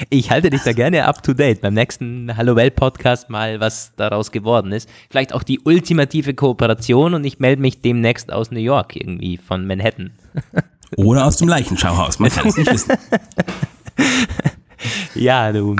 Ich halte dich da gerne up to date. Beim nächsten Hallo Welt Podcast mal, was daraus geworden ist. Vielleicht auch die ultimative Kooperation und ich melde mich demnächst aus New York irgendwie von Manhattan. Oder aus dem Leichenschauhaus, man kann es nicht wissen. Ja, du.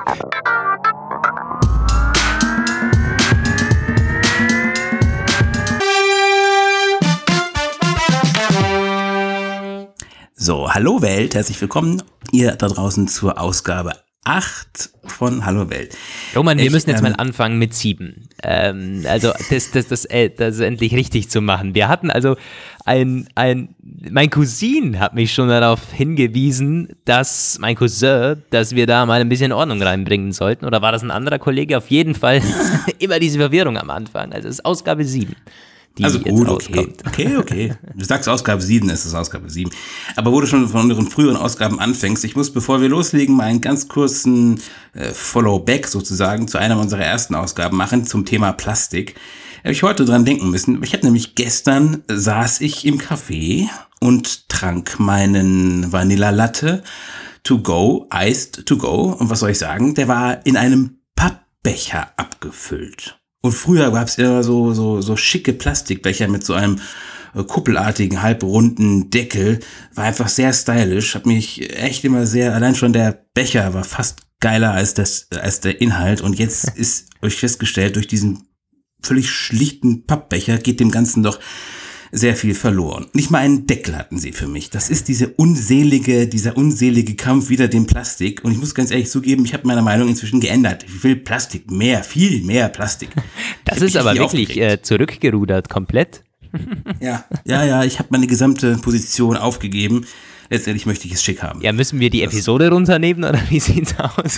So, hallo Welt, herzlich willkommen ihr da draußen zur Ausgabe 8 von Hallo Welt. Roman, wir müssen jetzt mal anfangen mit 7. Also das endlich richtig zu machen. Wir hatten also mein Cousin hat mich schon darauf hingewiesen, dass wir da mal ein bisschen Ordnung reinbringen sollten. Oder war das ein anderer Kollege? Auf jeden Fall immer diese Verwirrung am Anfang. Also es ist Ausgabe 7. Also gut, okay. Du sagst Ausgabe 7, es ist Ausgabe 7. Aber wo du schon von unseren früheren Ausgaben anfängst, ich muss, bevor wir loslegen, mal einen ganz kurzen Follow-back sozusagen zu einer unserer ersten Ausgaben machen zum Thema Plastik. Habe ich heute dran denken müssen. Ich habe nämlich gestern saß ich im Café und trank meinen Vanilla Latte to go, iced to go. Und was soll ich sagen? Der war in einem Pappbecher abgefüllt. Und früher gab es immer so schicke Plastikbecher mit so einem kuppelartigen, halbrunden Deckel. War einfach sehr stylisch. Hat mich echt immer allein schon der Becher war fast geiler als der Inhalt. Und jetzt ist euch festgestellt, durch diesen völlig schlichten Pappbecher geht dem Ganzen doch sehr viel verloren. Nicht mal einen Deckel hatten sie für mich. Das ist dieser unselige Kampf wider den Plastik. Und ich muss ganz ehrlich zugeben, ich habe meine Meinung inzwischen geändert. Ich will Plastik viel mehr Plastik. Das ist aber wirklich zurückgerudert, komplett. Ja, ich habe meine gesamte Position aufgegeben. Letztendlich möchte ich es schick haben. Ja, müssen wir die Episode runternehmen oder wie sieht's aus?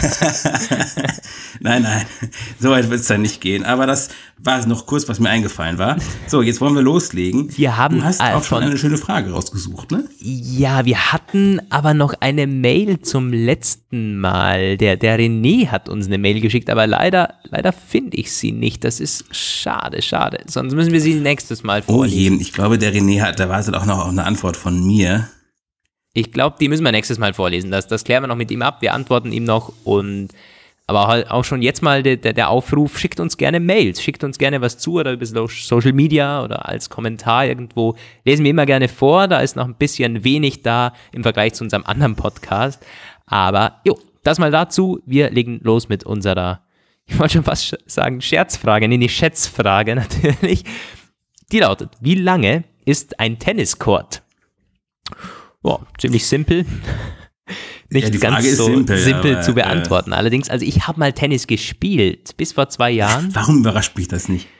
Nein, so weit wird es dann nicht gehen. Aber das war noch kurz, was mir eingefallen war. So, jetzt wollen wir loslegen. Du hast auch schon eine schöne Frage rausgesucht, ne? Ja, wir hatten aber noch eine Mail zum letzten Mal. Der René hat uns eine Mail geschickt, aber leider finde ich sie nicht. Das ist schade. Sonst müssen wir sie nächstes Mal vorlesen. Oh je, ich glaube, der René da wartet auch noch auf eine Antwort von mir. Ich glaube, die müssen wir nächstes Mal vorlesen. Das klären wir noch mit ihm ab. Wir antworten ihm noch. Aber halt auch schon jetzt mal der Aufruf, schickt uns gerne Mails. Schickt uns gerne was zu oder über Social Media oder als Kommentar irgendwo. Lesen wir immer gerne vor. Da ist noch ein bisschen wenig da im Vergleich zu unserem anderen Podcast. Aber das mal dazu. Wir legen los mit unserer, ich wollte schon fast sagen, Scherzfrage. Nee, Schätzfrage natürlich. Die lautet, wie lange ist ein Tenniscourt? Boah, ziemlich simpel. Nicht ganz so simpel zu beantworten. Allerdings, also ich habe mal Tennis gespielt, bis vor 2 Jahren. Warum überrascht mich das nicht?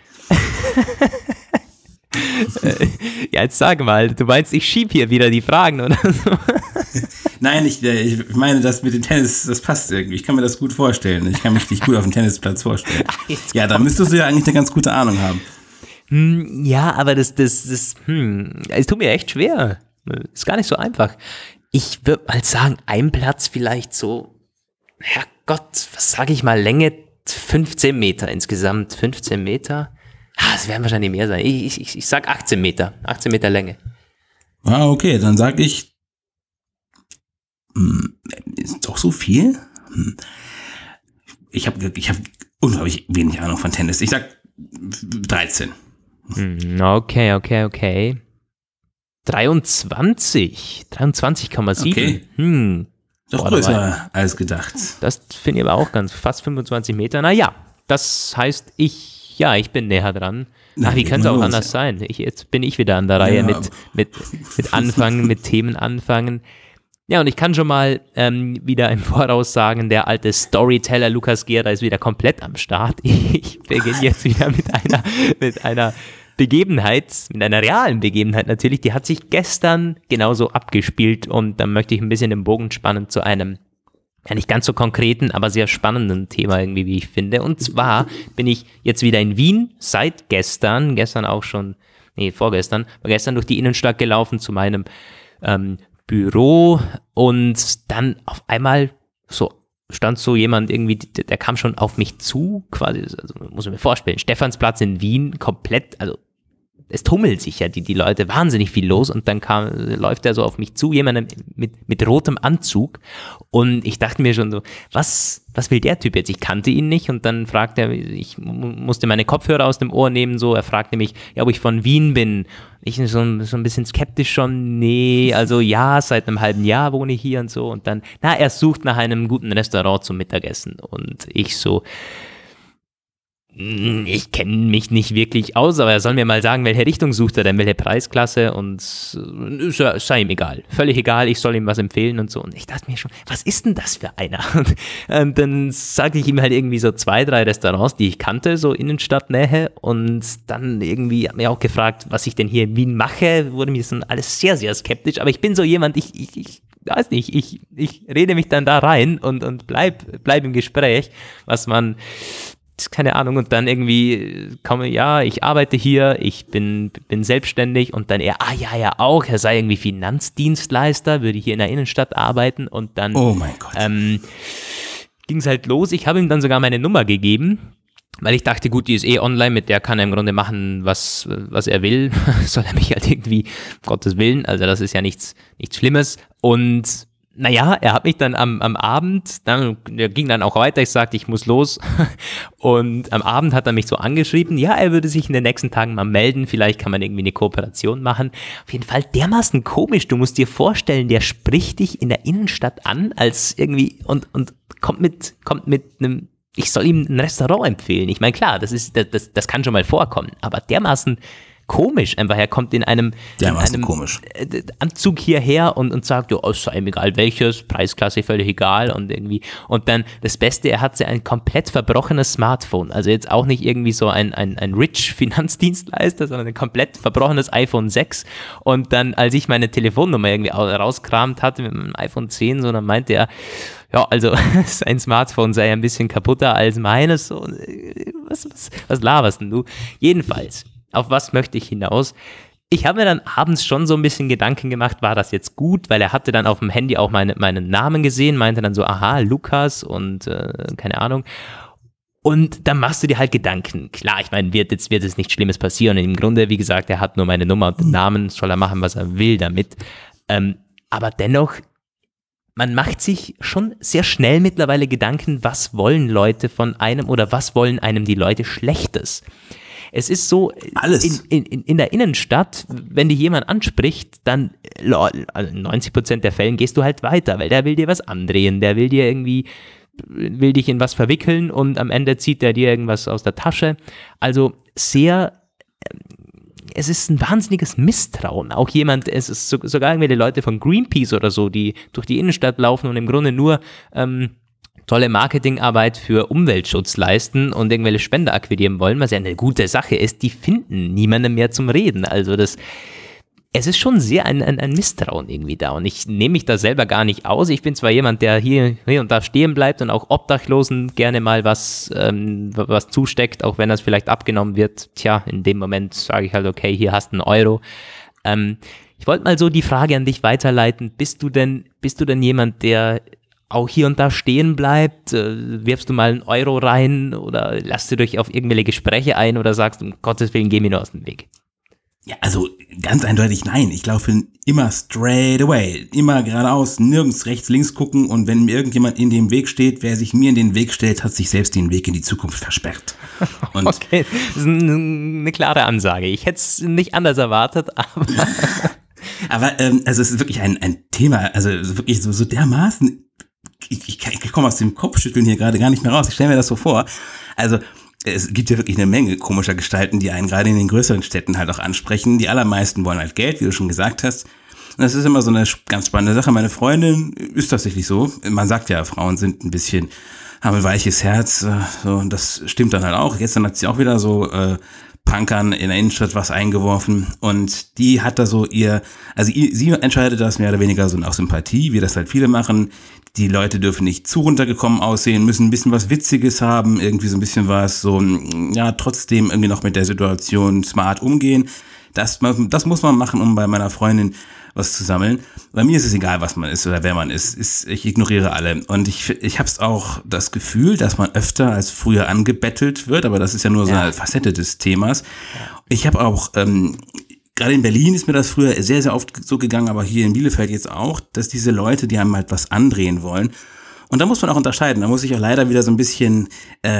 Ja, jetzt sag mal, du meinst, ich schieb hier wieder die Fragen oder so? Nein, ich meine, das mit dem Tennis, das passt irgendwie. Ich kann mir das gut vorstellen. Ich kann mich nicht gut auf dem Tennisplatz vorstellen. Ja, da müsstest du ja eigentlich eine ganz gute Ahnung haben. Ja, aber es tut mir echt schwer. Ist gar nicht so einfach. Ich würde mal sagen, ein Platz vielleicht so, Herrgott, was sage ich mal, Länge 15 Meter insgesamt. 15 Meter? Es werden wahrscheinlich mehr sein. Ich sag 18 Meter. 18 Meter Länge. Okay, dann sag ich, ist doch so viel? Ich hab unglaublich wenig Ahnung von Tennis. Ich sag 13. Okay. 23,7. Okay. Doch größer als gedacht. Das finde ich aber auch fast 25 Meter. Naja, das heißt, ich bin näher dran. Wie kann es auch anders sein? Jetzt bin ich wieder an der Reihe mit Anfangen, mit Themen anfangen. Ja, und ich kann schon mal wieder im Voraus sagen, der alte Storyteller Lukas Gera ist wieder komplett am Start. Ich beginne jetzt wieder mit einer Begebenheit, mit einer realen Begebenheit natürlich, die hat sich gestern genauso abgespielt und dann möchte ich ein bisschen den Bogen spannen zu einem, ja nicht ganz so konkreten, aber sehr spannenden Thema irgendwie, wie ich finde. Und zwar bin ich jetzt wieder in Wien seit vorgestern durch die Innenstadt gelaufen zu meinem Büro und dann auf einmal stand so jemand irgendwie, der kam schon auf mich zu, quasi, also muss ich mir vorstellen, Stephansplatz in Wien, komplett, also es tummelt sich ja die Leute wahnsinnig viel los und dann läuft er so auf mich zu, jemand mit rotem Anzug und ich dachte mir schon so, was will der Typ jetzt? Ich kannte ihn nicht und dann fragte er, ich musste meine Kopfhörer aus dem Ohr nehmen, so, er fragte mich, ja, ob ich von Wien bin. Ich so ein bisschen skeptisch schon, nee, also ja, seit einem halben Jahr wohne ich hier und so und dann, er sucht nach einem guten Restaurant zum Mittagessen und ich so, ich kenne mich nicht wirklich aus, aber er soll mir mal sagen, welche Richtung sucht er denn, welche Preisklasse und sei ihm egal, völlig egal, ich soll ihm was empfehlen und so. Und ich dachte mir schon, was ist denn das für einer? Und dann sagte ich ihm halt irgendwie so 2, 3 Restaurants, die ich kannte, so Innenstadtnähe und dann irgendwie hat mir auch gefragt, was ich denn hier in Wien mache, wurde mir so alles sehr, sehr skeptisch, aber ich bin so jemand, ich weiß nicht, ich rede mich dann da rein und bleib im Gespräch, was man keine Ahnung, und dann irgendwie ich arbeite hier, ich bin selbstständig und dann er auch, er sei irgendwie Finanzdienstleister, würde hier in der Innenstadt arbeiten und dann oh mein Gott. Ging es halt los, ich habe ihm dann sogar meine Nummer gegeben, weil ich dachte, gut, die ist online, mit der kann er im Grunde machen, was er will, soll er mich halt irgendwie, um Gottes Willen, also das ist ja nichts Schlimmes und er hat mich dann am Abend, der ging dann auch weiter, ich sagte, ich muss los und am Abend hat er mich so angeschrieben, er würde sich in den nächsten Tagen mal melden, vielleicht kann man irgendwie eine Kooperation machen. Auf jeden Fall dermaßen komisch, du musst dir vorstellen, der spricht dich in der Innenstadt an, als irgendwie und kommt mit einem, ich soll ihm ein Restaurant empfehlen. Ich meine, klar, das kann schon mal vorkommen, aber dermaßen komisch, einfach er kommt in einem Anzug hierher und sagt, ja, es sei ihm egal welches, Preisklasse völlig egal und irgendwie, und dann das Beste, er hatte ein komplett verbrochenes Smartphone, also jetzt auch nicht irgendwie so ein rich Finanzdienstleister, sondern ein komplett verbrochenes iPhone 6 und dann, als ich meine Telefonnummer irgendwie rauskramt hatte mit meinem iPhone 10, so, dann meinte er, ja, also sein Smartphone sei ein bisschen kaputter als meines, so, was laberst denn du? Jedenfalls, auf was möchte ich hinaus? Ich habe mir dann abends schon so ein bisschen Gedanken gemacht, war das jetzt gut? Weil er hatte dann auf dem Handy auch meinen Namen gesehen, meinte dann so, aha, Lukas und keine Ahnung. Und dann machst du dir halt Gedanken. Klar, ich meine, wird jetzt nichts Schlimmes passieren. Und im Grunde, wie gesagt, er hat nur meine Nummer und den Namen, soll er machen, was er will damit. Aber dennoch, man macht sich schon sehr schnell mittlerweile Gedanken, was wollen Leute von einem oder was wollen einem die Leute Schlechtes? Es ist so, alles. In der Innenstadt, wenn dich jemand anspricht, dann in 90% der Fällen gehst du halt weiter, weil der will dir was andrehen, der will dich in was verwickeln und am Ende zieht der dir irgendwas aus der Tasche. Also es ist ein wahnsinniges Misstrauen. Auch es ist sogar irgendwelche Leute von Greenpeace oder so, die durch die Innenstadt laufen und im Grunde nur tolle Marketingarbeit für Umweltschutz leisten und irgendwelche Spender akquirieren wollen, was ja eine gute Sache ist, die finden niemanden mehr zum Reden. Also es ist schon sehr ein Misstrauen irgendwie da und ich nehme mich da selber gar nicht aus. Ich bin zwar jemand, der hier und da stehen bleibt und auch Obdachlosen gerne mal was zusteckt, auch wenn das vielleicht abgenommen wird. Tja, in dem Moment sage ich halt, okay, hier hast du €1. Ich wollte mal so die Frage an dich weiterleiten. Bist du denn jemand, der auch hier und da stehen bleibt? Wirfst du mal €1 rein oder lässt du dich auf irgendwelche Gespräche ein oder sagst, um Gottes Willen, geh mir nur aus dem Weg? Ja, also ganz eindeutig nein. Ich laufe immer straight away, immer geradeaus, nirgends rechts, links gucken und wenn mir irgendjemand in dem Weg steht, wer sich mir in den Weg stellt, hat sich selbst den Weg in die Zukunft versperrt. Und okay, das ist eine klare Ansage. Ich hätte es nicht anders erwartet, aber also es ist wirklich ein Thema, also wirklich so dermaßen. Ich komme aus dem Kopfschütteln hier gerade gar nicht mehr raus. Ich stelle mir das so vor. Also es gibt ja wirklich eine Menge komischer Gestalten, die einen gerade in den größeren Städten halt auch ansprechen. Die allermeisten wollen halt Geld, wie du schon gesagt hast. Und das ist immer so eine ganz spannende Sache. Meine Freundin ist tatsächlich so. Man sagt ja, Frauen sind haben ein weiches Herz. So, und das stimmt dann halt auch. Gestern hat sie auch wieder so Punkern in der Innenstadt was eingeworfen und die hat da so sie entscheidet das mehr oder weniger so aus Sympathie, wie das halt viele machen. Die Leute dürfen nicht zu runtergekommen aussehen, müssen ein bisschen was Witziges haben, irgendwie so ein bisschen was so, ja, trotzdem irgendwie noch mit der Situation smart umgehen. Das muss man machen, um bei meiner Freundin was zu sammeln. Bei mir ist es egal, was man ist oder wer man ist. Ich ignoriere alle. Und ich habe es auch das Gefühl, dass man öfter als früher angebettelt wird, aber das ist ja nur so eine Facette des Themas. Ich habe auch, gerade in Berlin ist mir das früher sehr, sehr oft so gegangen, aber hier in Bielefeld jetzt auch, dass diese Leute, die einem halt was andrehen wollen, und da muss man auch unterscheiden, da muss ich auch leider wieder so ein bisschen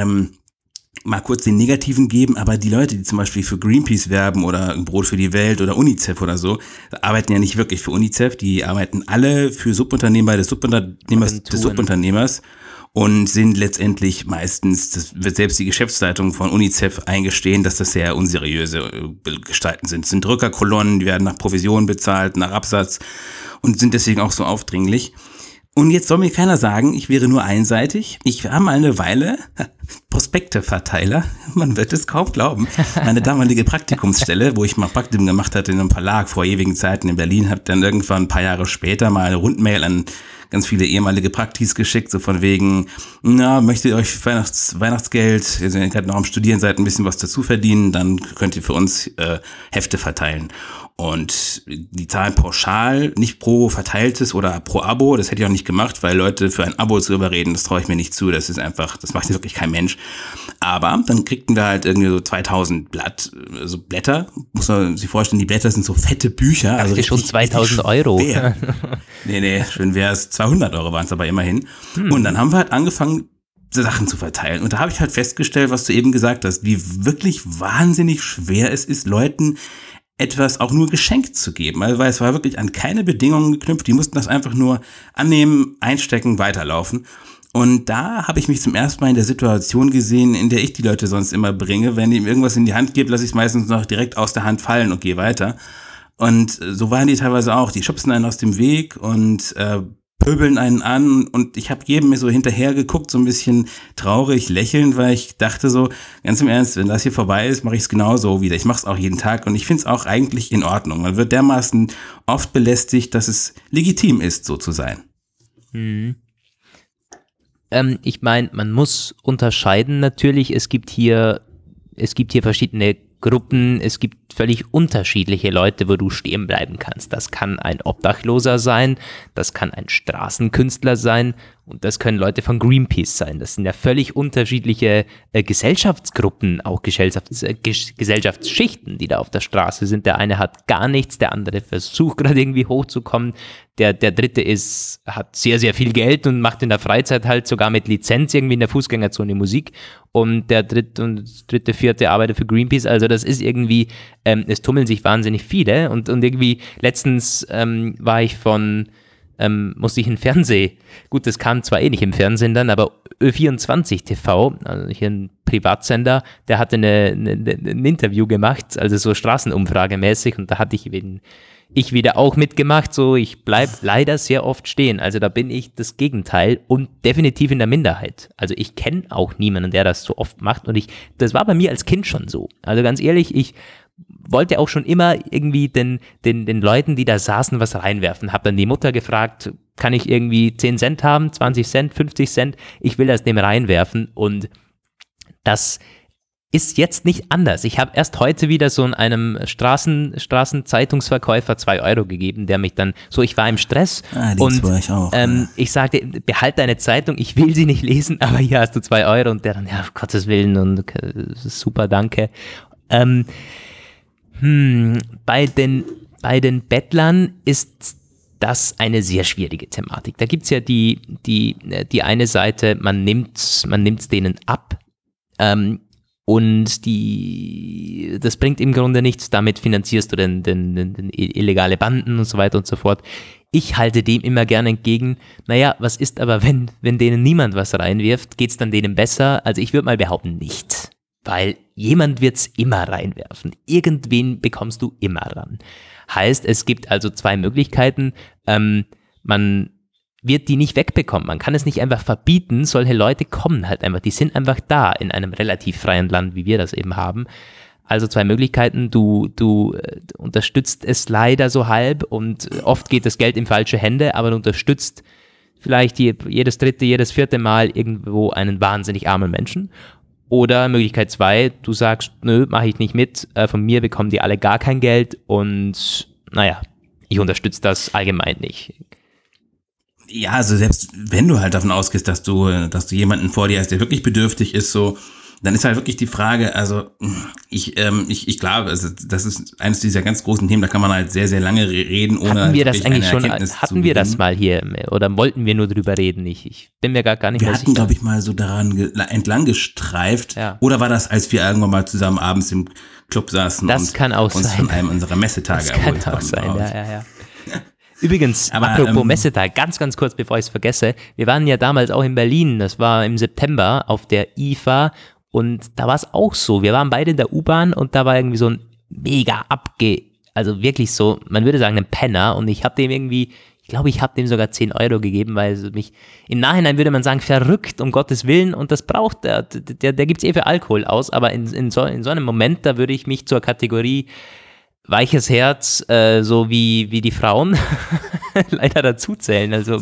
mal kurz den Negativen geben, aber die Leute, die zum Beispiel für Greenpeace werben oder Brot für die Welt oder UNICEF oder so, arbeiten ja nicht wirklich für UNICEF, die arbeiten alle für Subunternehmer des Subunternehmers und sind letztendlich meistens, das wird selbst die Geschäftsleitung von UNICEF eingestehen, dass das sehr unseriöse Gestalten sind. Es sind Drückerkolonnen, die werden nach Provision bezahlt, nach Absatz und sind deswegen auch so aufdringlich. Und jetzt soll mir keiner sagen, ich wäre nur einseitig. Ich war mal eine Weile Prospekteverteiler. Man wird es kaum glauben. Meine damalige Praktikumsstelle, wo ich mal Praktikum gemacht hatte in einem Verlag vor ewigen Zeiten in Berlin, habe dann irgendwann ein paar Jahre später mal eine Rundmail an ganz viele ehemalige Praktis geschickt, so von wegen, möchtet ihr euch Weihnachtsgeld, ihr seid gerade noch am Studieren, seid ein bisschen was dazu verdienen, dann könnt ihr für uns Hefte verteilen. Und die zahlen pauschal, nicht pro verteiltes oder pro Abo, das hätte ich auch nicht gemacht, weil Leute für ein Abo zu überreden, das traue ich mir nicht zu, das ist einfach, das macht wirklich kein Mensch. Aber dann kriegten wir halt irgendwie so 2000 Blätter, muss man sich vorstellen, die Blätter sind so fette Bücher. Also schon 2000 Euro. Nee, schön wäre es, 200 Euro waren es aber immerhin. Und dann haben wir halt angefangen, Sachen zu verteilen. Und da habe ich halt festgestellt, was du eben gesagt hast, wie wirklich wahnsinnig schwer es ist, Leuten etwas auch nur geschenkt zu geben. Also, weil es war wirklich an keine Bedingungen geknüpft. Die mussten das einfach nur annehmen, einstecken, weiterlaufen. Und da habe ich mich zum ersten Mal in der Situation gesehen, in der ich die Leute sonst immer bringe. Wenn ich ihm irgendwas in die Hand gebe, lasse ich es meistens noch direkt aus der Hand fallen und gehe weiter. Und so waren die teilweise auch. Die schubsen einen aus dem Weg und pöbeln einen an, und ich habe jedem so hinterher geguckt, so ein bisschen traurig, lächelnd, weil ich dachte so, ganz im Ernst, wenn das hier vorbei ist, mache ich es genauso wieder. Ich mache es auch jeden Tag und ich finde es auch eigentlich in Ordnung. Man wird dermaßen oft belästigt, dass es legitim ist, so zu sein. Ich meine, man muss unterscheiden natürlich, es gibt hier verschiedene Gruppen, es gibt völlig unterschiedliche Leute, wo du stehen bleiben kannst. Das kann ein Obdachloser sein, das kann ein Straßenkünstler sein und das können Leute von Greenpeace sein. Das sind ja völlig unterschiedliche Gesellschaftsgruppen, auch Gesellschaftsschichten, die da auf der Straße sind. Der eine hat gar nichts, der andere versucht gerade irgendwie hochzukommen. Der dritte hat sehr, sehr viel Geld und macht in der Freizeit halt sogar mit Lizenz irgendwie in der Fußgängerzone Musik. Und der dritte, vierte arbeitet für Greenpeace. Also das ist irgendwie, es tummeln sich wahnsinnig viele. Und irgendwie letztens musste ich gut, das kam zwar nicht im Fernsehen dann, aber Ö24 TV, also hier ein Privatsender, der hatte ein Interview gemacht, also so straßenumfragemäßig, und da hatte ich wieder auch mitgemacht, so ich bleib leider sehr oft stehen, also da bin ich das Gegenteil und definitiv in der Minderheit. Also ich kenne auch niemanden, der das so oft macht, und das war bei mir als Kind schon so. Also ganz ehrlich, ich wollte auch schon immer irgendwie den Leuten, die da saßen, was reinwerfen. Hab dann die Mutter gefragt, kann ich irgendwie 10 Cent haben, 20 Cent, 50 Cent? Ich will das dem reinwerfen, und das ist jetzt nicht anders. Ich habe erst heute wieder so einem Straßenzeitungsverkäufer 2 Euro gegeben, der mich dann ich war im Stress und war ich auch. Ich sagte, behalt deine Zeitung, ich will sie nicht lesen, aber hier hast du 2 Euro, und der dann, ja, auf Gottes Willen, und super, danke. Bei den Bettlern ist das eine sehr schwierige Thematik. Da gibt es ja die eine Seite, man nimmt's denen ab, und das bringt im Grunde nichts, damit finanzierst du den illegale Banden und so weiter und so fort. Ich halte dem immer gerne entgegen, naja, was ist aber, wenn denen niemand was reinwirft, geht's dann denen besser? Also ich würde mal behaupten, nicht. Weil jemand wird's immer reinwerfen. Irgendwen bekommst du immer ran. Heißt, es gibt also 2 Möglichkeiten. Man wird die nicht wegbekommen. Man kann es nicht einfach verbieten. Solche Leute kommen halt einfach. Die sind einfach da in einem relativ freien Land, wie wir das eben haben. Also 2 Möglichkeiten. Du unterstützt es leider so halb, und oft geht das Geld in falsche Hände, aber du unterstützt vielleicht jedes 3., jedes 4. Mal irgendwo einen wahnsinnig armen Menschen. Oder Möglichkeit 2, du sagst, nö, mache ich nicht mit, von mir bekommen die alle gar kein Geld, und naja, ich unterstütze das allgemein nicht. Ja, also selbst wenn du halt davon ausgehst, dass du jemanden vor dir hast, der wirklich bedürftig ist, so, dann ist halt wirklich die Frage, also ich glaube, also das ist eines dieser ganz großen Themen, da kann man halt sehr, sehr lange reden, ohne hatten wir das eigentlich schon, hatten wir das mal hier oder wollten wir nur drüber reden? Ich bin mir gar nicht mehr sicher. Wir hatten, glaube ich, mal so daran entlang gestreift, oder war das, als wir irgendwann mal zusammen abends im Club saßen das und kann auch uns sein. von einem unserer Messetage erholt haben. Das kann auch sein, ja. Übrigens, apropos Messetag, ganz, ganz kurz, bevor ich es vergesse, wir waren ja damals auch in Berlin, das war im September auf der IFA und da war es auch so, wir waren beide in der U-Bahn und da war irgendwie so ein mega also wirklich so, man würde sagen ein Penner und ich habe dem irgendwie, ich glaube, ich habe dem sogar 10 Euro gegeben, weil es mich, im Nachhinein würde man sagen, verrückt, um Gottes Willen und das braucht der gibt es für Alkohol aus, aber in so einem Moment, da würde ich mich zur Kategorie weiches Herz, so wie die Frauen, leider dazuzählen. Also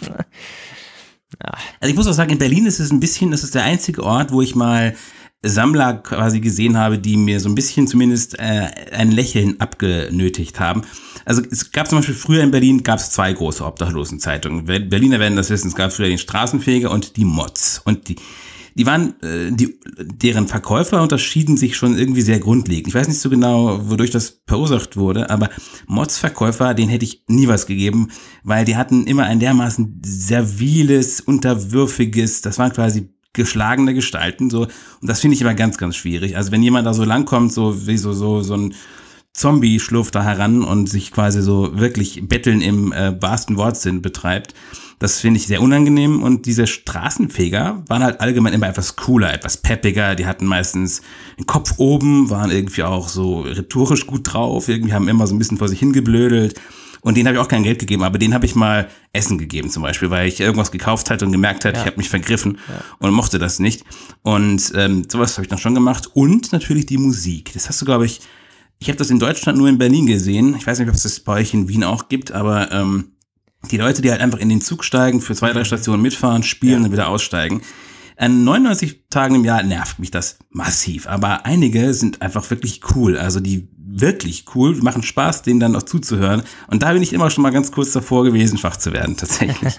ich muss auch sagen, in Berlin ist es ein bisschen, das ist der einzige Ort, wo ich mal Sammler quasi gesehen habe, die mir so ein bisschen zumindest ein Lächeln abgenötigt haben. Also es gab zum Beispiel früher in Berlin, gab es 2 große Obdachlosenzeitungen. Berliner werden das wissen, es gab früher den Straßenfeger und die Mods. Und die waren, deren Verkäufer unterschieden sich schon irgendwie sehr grundlegend. Ich weiß nicht so genau, wodurch das verursacht wurde, aber Mods-Verkäufer, denen hätte ich nie was gegeben, weil die hatten immer ein dermaßen serviles, unterwürfiges, das waren quasi geschlagene Gestalten, so. Und das finde ich immer ganz, ganz schwierig. Also wenn jemand da so langkommt, so wie so ein Zombie schlurft da heran und sich quasi so wirklich Betteln im wahrsten Wortsinn betreibt, das finde ich sehr unangenehm und diese Straßenfeger waren halt allgemein immer etwas cooler, etwas peppiger, die hatten meistens den Kopf oben, waren irgendwie auch so rhetorisch gut drauf, irgendwie haben immer so ein bisschen vor sich hingeblödelt und denen habe ich auch kein Geld gegeben, aber denen habe ich mal Essen gegeben zum Beispiel, weil ich irgendwas gekauft hatte und gemerkt hatte, ich habe mich vergriffen und mochte das nicht und sowas habe ich dann schon gemacht und natürlich die Musik, das hast du, glaube ich habe das in Deutschland nur in Berlin gesehen, ich weiß nicht, ob es das bei euch in Wien auch gibt, aber die Leute, die halt einfach in den Zug steigen, für 2, 3 Stationen mitfahren, spielen und wieder aussteigen. An 99 Tagen im Jahr nervt mich das massiv, aber einige sind einfach wirklich cool, also die wirklich cool, machen Spaß, denen dann noch zuzuhören und da bin ich immer schon mal ganz kurz davor gewesen, schwach zu werden, tatsächlich.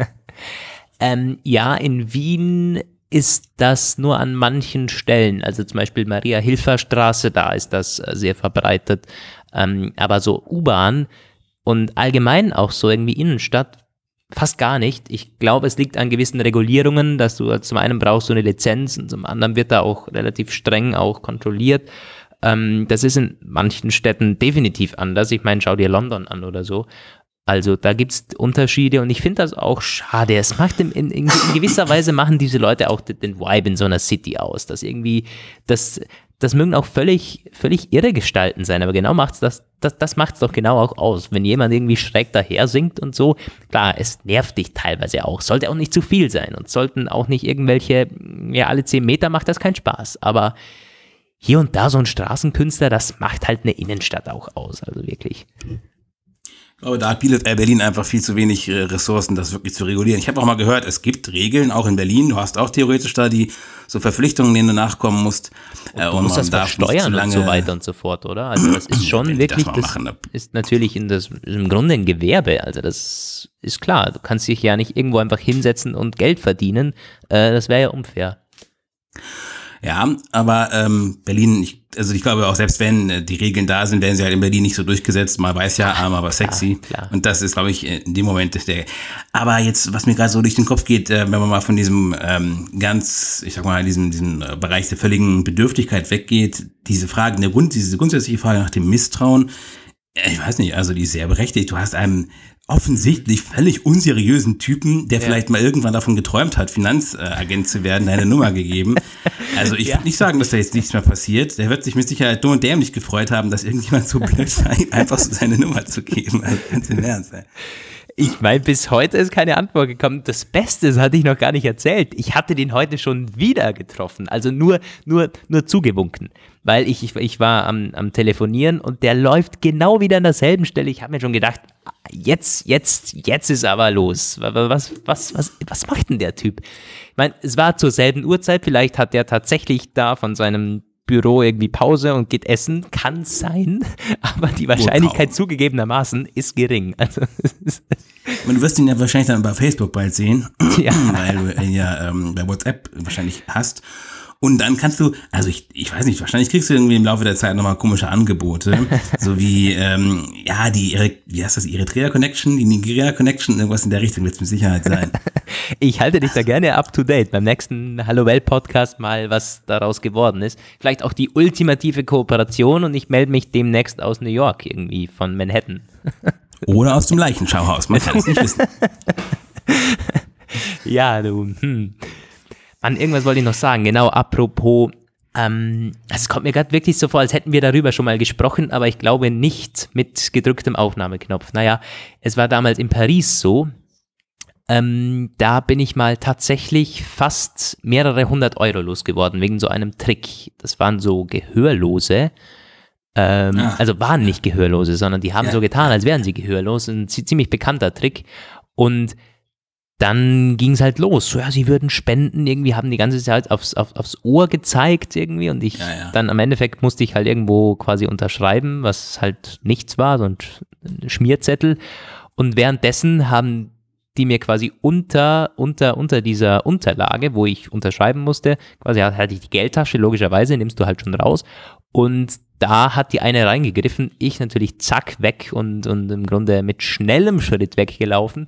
Ja, in Wien ist das nur an manchen Stellen, also zum Beispiel Maria-Hilfer-Straße, da ist das sehr verbreitet, aber so U-Bahn und allgemein auch so irgendwie Innenstadt fast gar nicht. Ich glaube, es liegt an gewissen Regulierungen, dass du zum einen brauchst du eine Lizenz und zum anderen wird da auch relativ streng auch kontrolliert. Das ist in manchen Städten definitiv anders. Ich meine, schau dir London an oder so. Also da gibt's Unterschiede und ich finde das auch schade. Es macht in gewisser Weise machen diese Leute auch den Vibe in so einer City aus. Dass irgendwie das mögen auch völlig irre Gestalten sein, aber genau macht's das macht's doch genau auch aus. Wenn jemand irgendwie schräg daher singt und so, klar, es nervt dich teilweise auch. Sollte auch nicht zu viel sein und sollten auch nicht irgendwelche, alle 10 Meter macht das keinen Spaß. Aber hier und da so ein Straßenkünstler, das macht halt eine Innenstadt auch aus, also wirklich. Aber da hat Berlin einfach viel zu wenig Ressourcen, das wirklich zu regulieren. Ich habe auch mal gehört, es gibt Regeln, auch in Berlin. Du hast auch theoretisch da die so Verpflichtungen, denen du nachkommen musst. Und du musst das versteuern und so weiter und so fort, oder? Also das ist schon wirklich, das ist natürlich im Grunde ein Gewerbe. Also das ist klar. Du kannst dich ja nicht irgendwo einfach hinsetzen und Geld verdienen. Das wäre ja unfair. Ja, aber Berlin, ich glaube auch, selbst wenn die Regeln da sind, werden sie halt in Berlin nicht so durchgesetzt. Man weiß ja, arm, aber sexy. Klar. Und das ist, glaube ich, in dem Moment aber jetzt, was mir gerade so durch den Kopf geht, wenn man mal von diesem diesem Bereich der völligen Bedürftigkeit weggeht, diese grundsätzliche Frage nach dem Misstrauen, ich weiß nicht, also die ist sehr berechtigt. Du hast einen offensichtlich völlig unseriösen Typen, der vielleicht mal irgendwann davon geträumt hat, Finanzagent zu werden, deine Nummer gegeben. Also ich würde nicht sagen, dass da jetzt nichts mehr passiert. Der wird sich mit Sicherheit dumm und dämlich gefreut haben, dass irgendjemand so blöd sei, einfach so seine Nummer zu geben. Also ganz im Ernst. Ich meine, bis heute ist keine Antwort gekommen. Das Beste, das hatte ich noch gar nicht erzählt. Ich hatte den heute schon wieder getroffen, also nur zugewunken, weil ich war am Telefonieren und der läuft genau wieder an derselben Stelle. Ich habe mir schon gedacht, jetzt ist aber los. Was macht denn der Typ? Ich meine, es war zur selben Uhrzeit, vielleicht hat der tatsächlich da von seinem Büro irgendwie Pause und geht essen, kann sein, aber die Wahrscheinlichkeit zugegebenermaßen ist gering. Also, du wirst ihn ja wahrscheinlich dann bei Facebook bald sehen, weil du ihn ja bei WhatsApp wahrscheinlich hast. Und dann kannst du, also ich weiß nicht, wahrscheinlich kriegst du irgendwie im Laufe der Zeit nochmal komische Angebote, so wie, wie heißt das, Eritrea Connection, die Nigeria Connection, irgendwas in der Richtung wird es mit Sicherheit sein. Ich halte dich da gerne up to date. Beim nächsten Hallo Welt Podcast mal, was daraus geworden ist. Vielleicht auch die ultimative Kooperation und ich melde mich demnächst aus New York, irgendwie von Manhattan. Oder aus dem Leichenschauhaus, man kann es nicht wissen. Ja, du, Mann, irgendwas wollte ich noch sagen, genau, apropos, es kommt mir gerade wirklich so vor, als hätten wir darüber schon mal gesprochen, aber ich glaube nicht mit gedrücktem Aufnahmeknopf. Naja, es war damals in Paris so, da bin ich mal tatsächlich fast mehrere 100 Euro losgeworden, wegen so einem Trick. Das waren so Gehörlose, also waren nicht Gehörlose, sondern die haben so getan, als wären sie gehörlos, ein ziemlich bekannter Trick und dann ging es halt los, so ja, sie würden spenden, irgendwie haben die ganze Zeit aufs Ohr gezeigt irgendwie und dann am Endeffekt musste ich halt irgendwo quasi unterschreiben, was halt nichts war, so ein Schmierzettel und währenddessen haben die mir quasi unter dieser Unterlage, wo ich unterschreiben musste, quasi hatte ich die Geldtasche, logischerweise nimmst du halt schon raus und da hat die eine reingegriffen, ich natürlich zack weg und im Grunde mit schnellem Schritt weggelaufen.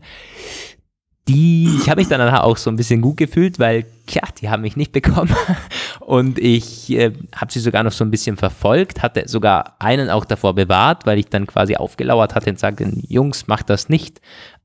Ich habe mich dann auch so ein bisschen gut gefühlt, weil, die haben mich nicht bekommen und ich habe sie sogar noch so ein bisschen verfolgt, hatte sogar einen auch davor bewahrt, weil ich dann quasi aufgelauert hatte und sagte, Jungs, macht das nicht.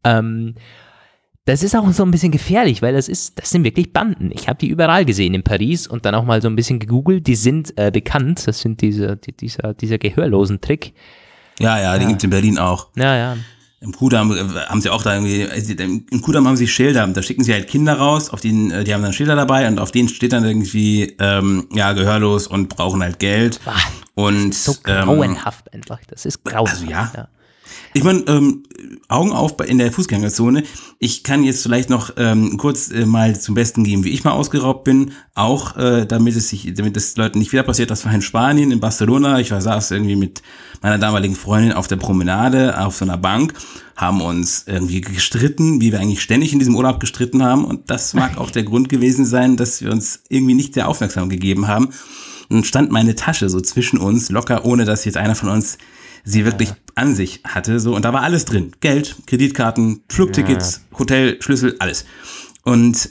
Das ist auch so ein bisschen gefährlich, weil das sind wirklich Banden. Ich habe die überall gesehen in Paris und dann auch mal so ein bisschen gegoogelt, die sind bekannt, das sind dieser Gehörlosen-Trick. Ja, die gibt es in Berlin auch. Ja. Im Kudamm haben sie auch da irgendwie, im Kudamm haben sie Schilder, da schicken sie halt Kinder raus, die haben dann Schilder dabei und auf denen steht dann irgendwie, gehörlos und brauchen halt Geld. Und das ist so grauenhaft einfach, das ist grauenhaft. Also ja. Ich meine, Augen auf in der Fußgängerzone. Ich kann jetzt vielleicht noch kurz mal zum Besten geben, wie ich mal ausgeraubt bin, auch damit es Leuten nicht wieder passiert. Das war in Spanien, in Barcelona. Ich saß irgendwie mit meiner damaligen Freundin auf der Promenade auf so einer Bank, haben uns irgendwie gestritten, wie wir eigentlich ständig in diesem Urlaub gestritten haben. Und das mag auch der Grund gewesen sein, dass wir uns irgendwie nicht sehr aufmerksam gegeben haben. Und stand meine Tasche so zwischen uns, locker, ohne dass jetzt einer von uns sie wirklich an sich hatte, so, und da war alles drin. Geld, Kreditkarten, Flugtickets, Hotelschlüssel, alles. Und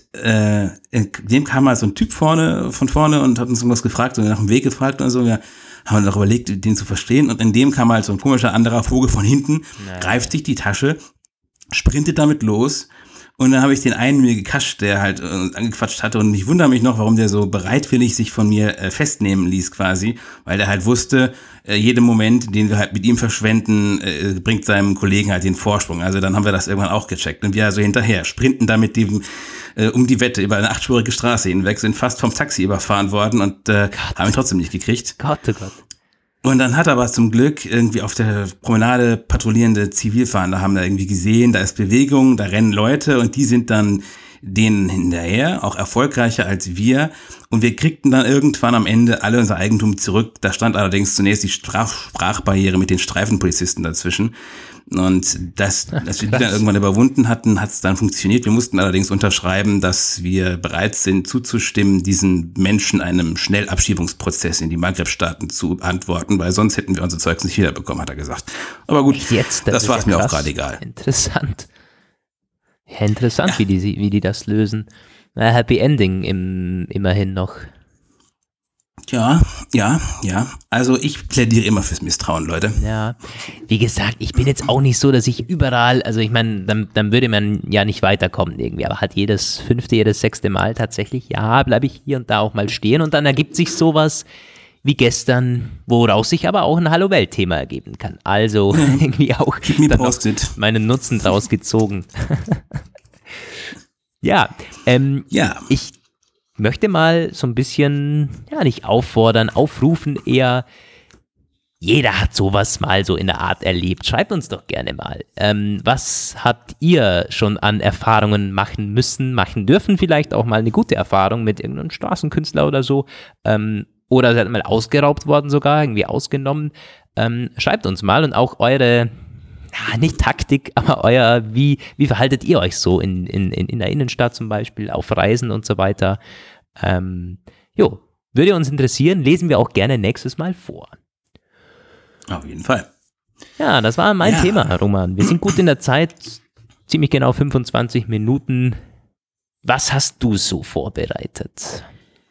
dem kam mal so ein Typ von vorne und hat uns irgendwas gefragt, so nach dem Weg gefragt und so. Wir haben noch überlegt, den zu verstehen. Und in dem kam halt so ein komischer anderer Vogel von hinten, greift sich die Tasche, sprintet damit los. Und dann habe ich den einen mir gekascht, der halt angequatscht hatte. Und ich wundere mich noch, warum der so bereitwillig sich von mir festnehmen ließ quasi. Weil der halt wusste, jeden Moment, den wir halt mit ihm verschwenden, bringt seinem Kollegen halt den Vorsprung. Also dann haben wir das irgendwann auch gecheckt. Und wir also hinterher sprinten da mit dem um die Wette über eine 8-spurige Straße hinweg, sind fast vom Taxi überfahren worden und haben ihn trotzdem nicht gekriegt. Gott, oh Gott. Und dann hat aber zum Glück irgendwie auf der Promenade patrouillierende Zivilfahnder haben da irgendwie gesehen, da ist Bewegung, da rennen Leute und die sind dann denen hinterher, auch erfolgreicher als wir. Und wir kriegten dann irgendwann am Ende alle unser Eigentum zurück. Da stand allerdings zunächst die Sprachbarriere mit den Streifenpolizisten dazwischen. Und als wir die dann irgendwann überwunden hatten, hat es dann funktioniert. Wir mussten allerdings unterschreiben, dass wir bereit sind, zuzustimmen, diesen Menschen einem Schnellabschiebungsprozess in die Maghreb-Staaten zu antworten, weil sonst hätten wir unser Zeugs nicht wiederbekommen, hat er gesagt. Aber gut, das war es mir auch gerade egal. Interessant. Ja, interessant, wie die das lösen. Happy Ending immerhin noch. Ja. Also ich plädiere immer fürs Misstrauen, Leute. Ja, wie gesagt, ich bin jetzt auch nicht so, dass ich überall, also ich meine, dann würde man ja nicht weiterkommen irgendwie, aber halt jedes 5., jedes 6. Mal tatsächlich, bleibe ich hier und da auch mal stehen und dann ergibt sich sowas wie gestern, woraus sich aber auch ein Hallo-Welt-Thema ergeben kann. Also irgendwie auch meinen Nutzen draus gezogen. Ich möchte mal so ein bisschen, nicht auffordern, aufrufen, eher, jeder hat sowas mal so in der Art erlebt. Schreibt uns doch gerne mal. Was habt ihr schon an Erfahrungen machen müssen, machen dürfen? Vielleicht auch mal eine gute Erfahrung mit irgendeinem Straßenkünstler oder so. oder seid mal ausgeraubt worden sogar, irgendwie ausgenommen, schreibt uns mal und auch eure, nicht Taktik, aber wie verhaltet ihr euch so in der Innenstadt zum Beispiel, auf Reisen und so weiter. Würde uns interessieren, lesen wir auch gerne nächstes Mal vor. Auf jeden Fall. Ja, das war mein Thema, Roman. Wir sind gut in der Zeit, ziemlich genau 25 Minuten. Was hast du so vorbereitet?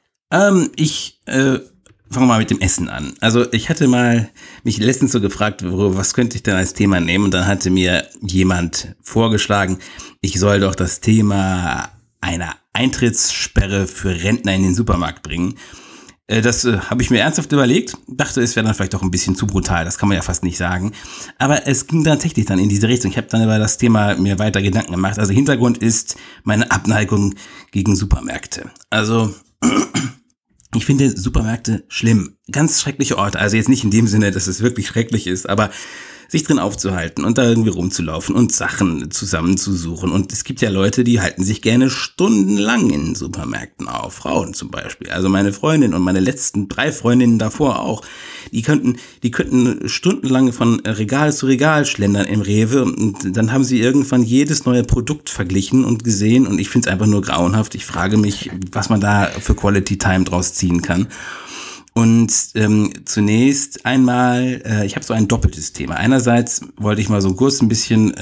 Ich fange mal mit dem Essen an. Also ich hatte mal mich letztens so gefragt, was könnte ich denn als Thema nehmen? Und dann hatte mir jemand vorgeschlagen, ich soll doch das Thema einer Eintrittssperre für Rentner in den Supermarkt bringen. Das habe ich mir ernsthaft überlegt, dachte, es wäre dann vielleicht auch ein bisschen zu brutal, das kann man ja fast nicht sagen. Aber es ging tatsächlich dann in diese Richtung. Ich habe dann über das Thema mir weiter Gedanken gemacht. Also Hintergrund ist meine Abneigung gegen Supermärkte. Also ich finde Supermärkte schlimm. Ganz schreckliche Orte. Also jetzt nicht in dem Sinne, dass es wirklich schrecklich ist, aber sich drin aufzuhalten und da irgendwie rumzulaufen und Sachen zusammenzusuchen. Und es gibt ja Leute, die halten sich gerne stundenlang in Supermärkten auf. Frauen zum Beispiel. Also meine Freundin und meine letzten 3 Freundinnen davor auch. Die könnten stundenlang von Regal zu Regal schlendern im Rewe. Und dann haben sie irgendwann jedes neue Produkt verglichen und gesehen. Und ich finde es einfach nur grauenhaft. Ich frage mich, was man da für Quality Time draus ziehen kann. Und zunächst einmal, ich habe so ein doppeltes Thema. Einerseits wollte ich mal so kurz ein bisschen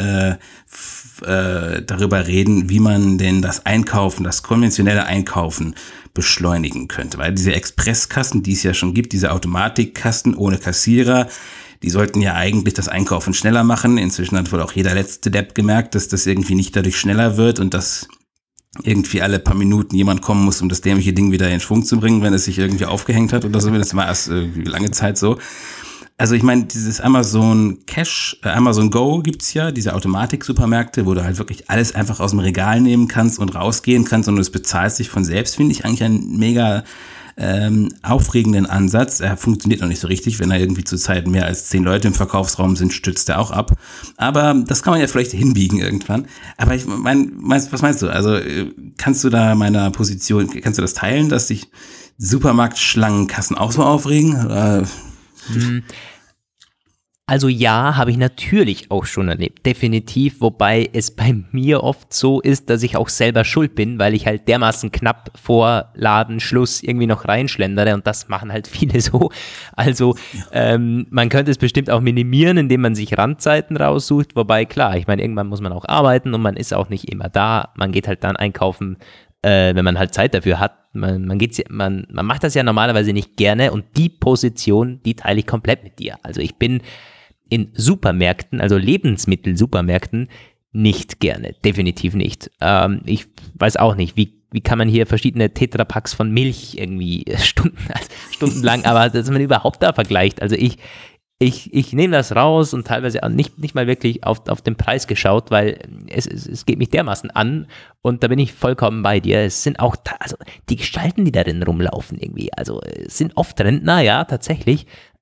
darüber reden, wie man denn das Einkaufen, das konventionelle Einkaufen beschleunigen könnte. Weil diese Expresskassen, die es ja schon gibt, diese Automatikkassen ohne Kassierer, die sollten ja eigentlich das Einkaufen schneller machen. Inzwischen hat wohl auch jeder letzte Depp gemerkt, dass das irgendwie nicht dadurch schneller wird und dass irgendwie alle paar Minuten jemand kommen muss, um das dämliche Ding wieder in Schwung zu bringen, wenn es sich irgendwie aufgehängt hat oder so. Das war erst lange Zeit so. Also ich meine, dieses Amazon Go gibt's ja, diese Automatik-Supermärkte, wo du halt wirklich alles einfach aus dem Regal nehmen kannst und rausgehen kannst und es bezahlt sich von selbst, finde ich eigentlich einen mega aufregenden Ansatz. Er funktioniert noch nicht so richtig. Wenn da irgendwie zurzeit mehr als 10 Leute im Verkaufsraum sind, stützt er auch ab. Aber das kann man ja vielleicht hinbiegen irgendwann. Aber ich meine, was meinst du? Also kannst du da meiner Position, kannst du das teilen, dass sich Supermarktschlangenkassen auch so aufregen? Also ja, habe ich natürlich auch schon erlebt, definitiv, wobei es bei mir oft so ist, dass ich auch selber schuld bin, weil ich halt dermaßen knapp vor Ladenschluss irgendwie noch reinschlendere und das machen halt viele so. Also man könnte es bestimmt auch minimieren, indem man sich Randzeiten raussucht, wobei klar, ich meine, irgendwann muss man auch arbeiten und man ist auch nicht immer da, man geht halt dann einkaufen, wenn man halt Zeit dafür hat. Man macht das ja normalerweise nicht gerne und die Position, die teile ich komplett mit dir. Also ich bin in Supermärkten, also Lebensmittelsupermärkten, nicht gerne. Definitiv nicht. Ich weiß auch nicht, wie kann man hier verschiedene Tetrapacks von Milch irgendwie stundenlang, aber dass man überhaupt da vergleicht. Also ich nehme das raus und teilweise auch nicht mal wirklich auf den Preis geschaut, weil es geht mich dermaßen an und da bin ich vollkommen bei dir. Es sind auch, also die Gestalten, die darin rumlaufen irgendwie, also es sind oft Rentner, ja, tatsächlich.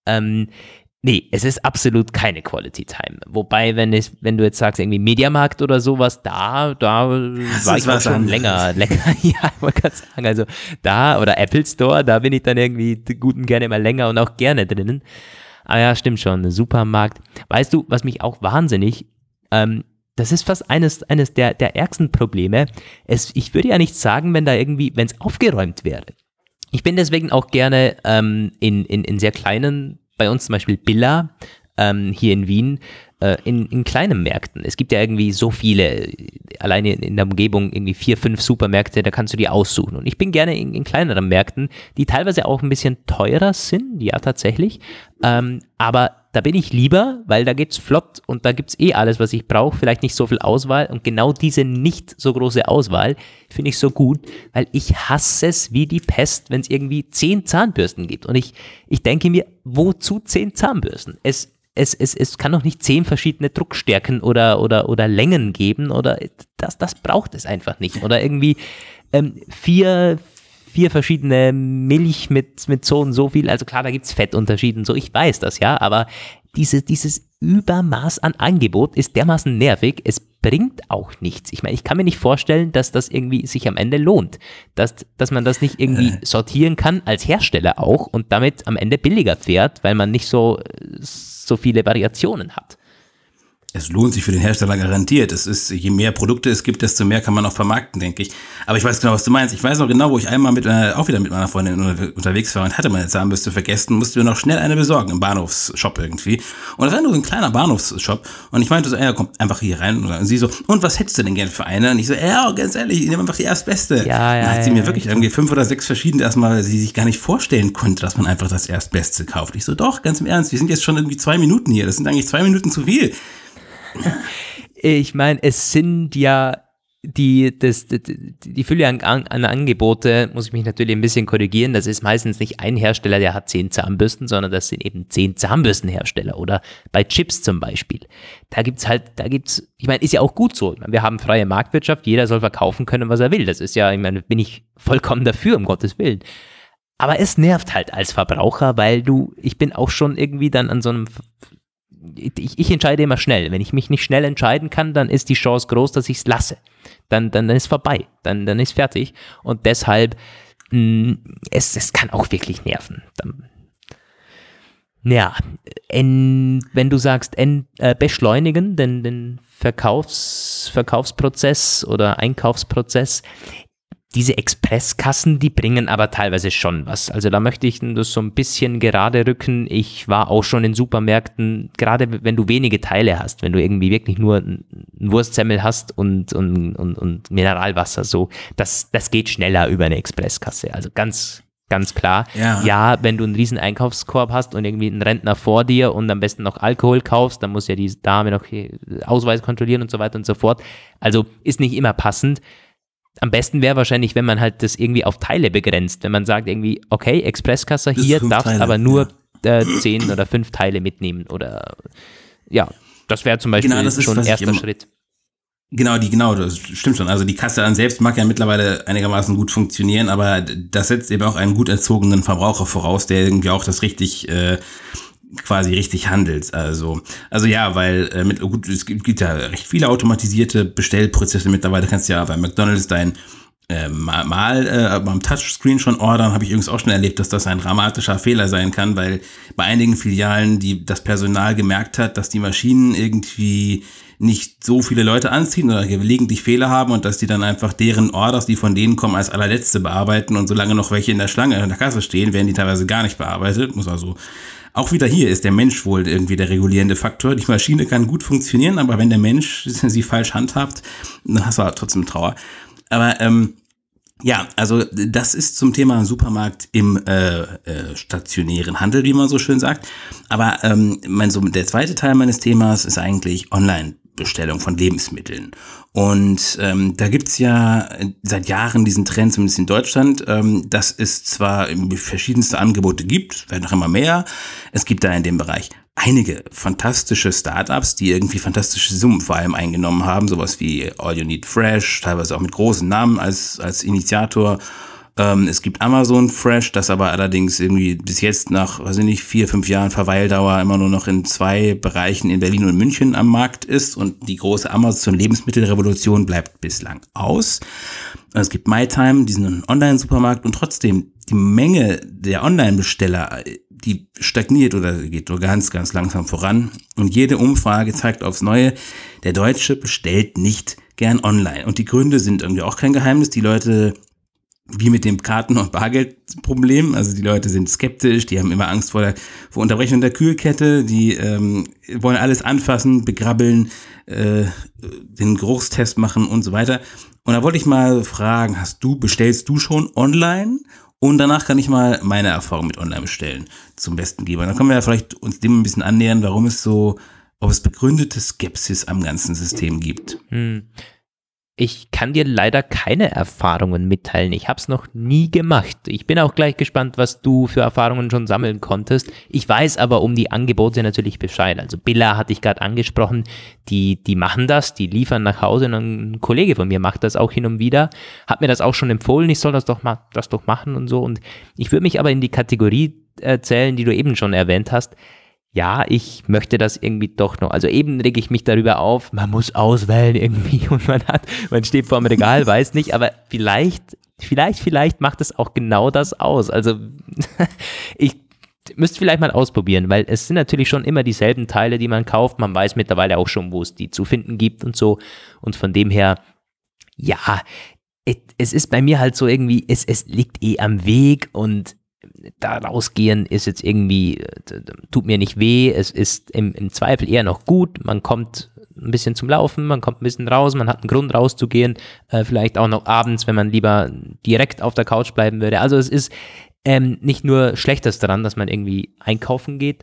Nee, es ist absolut keine Quality Time. Wobei, wenn du jetzt sagst, irgendwie Mediamarkt oder sowas, da war ich auch schon länger. Ja, ich wollte gerade sagen, also da oder Apple Store, da bin ich dann irgendwie gut und gerne mal länger und auch gerne drinnen. Ah ja, stimmt schon, Supermarkt. Weißt du, was mich auch wahnsinnig, das ist fast eines der ärgsten Probleme. Ich würde ja nicht sagen, wenn es aufgeräumt wäre. Ich bin deswegen auch gerne in sehr kleinen, bei uns zum Beispiel Billa, hier in Wien, in kleinen Märkten. Es gibt ja irgendwie so viele, alleine in der Umgebung irgendwie 4, 5 Supermärkte, da kannst du die aussuchen. Und ich bin gerne in kleineren Märkten, die teilweise auch ein bisschen teurer sind, ja tatsächlich, aber da bin ich lieber, weil da geht's flott und da gibt's alles, was ich brauche, vielleicht nicht so viel Auswahl und genau diese nicht so große Auswahl finde ich so gut, weil ich hasse es wie die Pest, wenn es irgendwie 10 Zahnbürsten gibt und ich denke mir, wozu 10 Zahnbürsten? Es kann doch nicht 10 verschiedene Druckstärken oder Längen geben oder das braucht es einfach nicht oder irgendwie 4 verschiedene Milch mit so und so viel, also klar, da gibt's Fettunterschiede und so, ich weiß das, ja, aber dieses Übermaß an Angebot ist dermaßen nervig, es bringt auch nichts. Ich meine, ich kann mir nicht vorstellen, dass das irgendwie sich am Ende lohnt, dass man das nicht irgendwie sortieren kann, als Hersteller auch, und damit am Ende billiger fährt, weil man nicht so viele Variationen hat. Es lohnt sich für den Hersteller garantiert. Es ist, je mehr Produkte es gibt, desto mehr kann man auch vermarkten, denke ich. Aber ich weiß genau, was du meinst. Ich weiß noch genau, wo ich einmal auch wieder mit meiner Freundin unterwegs war und hatte meine Zahnbürste vergessen, musste mir noch schnell eine besorgen im Bahnhofsshop irgendwie. Und das war nur so ein kleiner Bahnhofsshop. Und ich meinte so, ja, komm einfach hier rein. Und sie so, und was hättest du denn gern für eine? Und ich so, ja, ganz ehrlich, ich nehme einfach die erstbeste. Ja, dann hat sie mir wirklich irgendwie 5 oder 6 verschiedene erstmal, weil sie sich gar nicht vorstellen konnte, dass man einfach das Erstbeste kauft. Ich so, doch, ganz im Ernst, wir sind jetzt schon irgendwie 2 Minuten hier. Das sind eigentlich 2 Minuten zu viel. Ich meine, es sind ja die Fülle an Angebote, muss ich mich natürlich ein bisschen korrigieren, das ist meistens nicht ein Hersteller, der hat 10 Zahnbürsten, sondern das sind eben 10 Zahnbürstenhersteller oder bei Chips zum Beispiel. Da gibt's, ich meine, ist ja auch gut so. Ich meine, wir haben freie Marktwirtschaft, jeder soll verkaufen können, was er will. Das ist ja, ich meine, bin ich vollkommen dafür, um Gottes Willen. Aber es nervt halt als Verbraucher, weil ich bin auch schon irgendwie dann an so einem, ich entscheide immer schnell. Wenn ich mich nicht schnell entscheiden kann, dann ist die Chance groß, dass ich es lasse. Dann ist vorbei. Dann ist fertig. Und deshalb, es kann auch wirklich nerven. Wenn du sagst, beschleunigen, den Verkaufsprozess oder Einkaufsprozess, diese Expresskassen, die bringen aber teilweise schon was. Also da möchte ich das so ein bisschen gerade rücken. Ich war auch schon in Supermärkten, gerade wenn du wenige Teile hast, wenn du irgendwie wirklich nur ein Wurstsemmel hast und Mineralwasser, so, das geht schneller über eine Expresskasse. Also ganz klar. Ja, wenn du einen riesen Einkaufskorb hast und irgendwie einen Rentner vor dir und am besten noch Alkohol kaufst, dann muss ja die Dame noch Ausweis kontrollieren und so weiter und so fort. Also ist nicht immer passend. Am besten wäre wahrscheinlich, wenn man halt das irgendwie auf Teile begrenzt. Wenn man sagt irgendwie, okay, Expresskasse, hier darfst aber nur 10 oder 5 Teile mitnehmen. Oder ja, das wäre zum Beispiel schon ein erster Schritt. Genau, das stimmt schon. Also die Kasse an selbst mag ja mittlerweile einigermaßen gut funktionieren, aber das setzt eben auch einen gut erzogenen Verbraucher voraus, der irgendwie auch das quasi richtig handelt. Also ja, weil es gibt ja recht viele automatisierte Bestellprozesse mittlerweile. Kannst ja bei McDonald's dein beim Touchscreen schon ordern, habe ich übrigens auch schon erlebt, dass das ein dramatischer Fehler sein kann, weil bei einigen Filialen das Personal gemerkt hat, dass die Maschinen irgendwie nicht so viele Leute anziehen oder gelegentlich Fehler haben und dass die dann einfach deren Orders, die von denen kommen, als allerletzte bearbeiten und solange noch welche in der Schlange in der Kasse stehen, werden die teilweise gar nicht bearbeitet. Muss also auch wieder hier ist der Mensch wohl irgendwie der regulierende Faktor. Die Maschine kann gut funktionieren, aber wenn der Mensch sie falsch handhabt, dann hast du halt trotzdem Trauer. Aber ja, also das ist zum Thema Supermarkt im stationären Handel, wie man so schön sagt. Aber der zweite Teil meines Themas ist eigentlich Online-Bestellung von Lebensmitteln. Und da gibt's ja seit Jahren diesen Trend, zumindest in Deutschland, dass es zwar verschiedenste Angebote gibt, werden noch immer mehr. Es gibt da in dem Bereich einige fantastische Startups, die irgendwie fantastische Summen vor allem eingenommen haben, sowas wie All You Need Fresh, teilweise auch mit großen Namen als Initiator. Es gibt Amazon Fresh, das aber allerdings irgendwie bis jetzt nach, 4, 5 Jahren Verweildauer immer nur noch in 2 Bereichen in Berlin und München am Markt ist und die große Amazon-Lebensmittelrevolution bleibt bislang aus. Es gibt MyTime, diesen Online-Supermarkt, und trotzdem die Menge der Online-Besteller, die stagniert oder geht nur ganz, ganz langsam voran. Und jede Umfrage zeigt aufs Neue, der Deutsche bestellt nicht gern online. Und die Gründe sind irgendwie auch kein Geheimnis. Die Leute, wie mit dem Karten- und Bargeldproblem, also die Leute sind skeptisch, die haben immer Angst vor Unterbrechung der Kühlkette, die wollen alles anfassen, begrabbeln, den Geruchstest machen und so weiter. Und da wollte ich mal fragen, bestellst du schon online? Und danach kann ich mal meine Erfahrung mit Online-Bestellen zum Besten geben. Dann können wir ja vielleicht uns dem ein bisschen annähern, ob es begründete Skepsis am ganzen System gibt. Ich kann dir leider keine Erfahrungen mitteilen. Ich habe es noch nie gemacht. Ich bin auch gleich gespannt, was du für Erfahrungen schon sammeln konntest. Ich weiß aber um die Angebote natürlich Bescheid. Also Billa hatte ich gerade angesprochen, die machen das, die liefern nach Hause, und ein Kollege von mir macht das auch hin und wieder, hat mir das auch schon empfohlen, ich soll das doch machen und so. Und ich würde mich aber in die Kategorie zählen, die du eben schon erwähnt hast. ja, ich möchte das irgendwie doch noch. Also eben rege ich mich darüber auf, man muss auswählen irgendwie und man steht vor dem Regal, weiß nicht, aber vielleicht macht es auch genau das aus. Also ich müsste vielleicht mal ausprobieren, weil es sind natürlich schon immer dieselben Teile, die man kauft. Man weiß mittlerweile auch schon, wo es die zu finden gibt und so. Und von dem her, ja, es ist bei mir halt so irgendwie, es liegt am Weg und da rausgehen ist jetzt irgendwie, tut mir nicht weh, es ist im Zweifel eher noch gut, man kommt ein bisschen zum Laufen, man kommt ein bisschen raus, man hat einen Grund rauszugehen, vielleicht auch noch abends, wenn man lieber direkt auf der Couch bleiben würde. Also es ist nicht nur Schlechtes daran, dass man irgendwie einkaufen geht.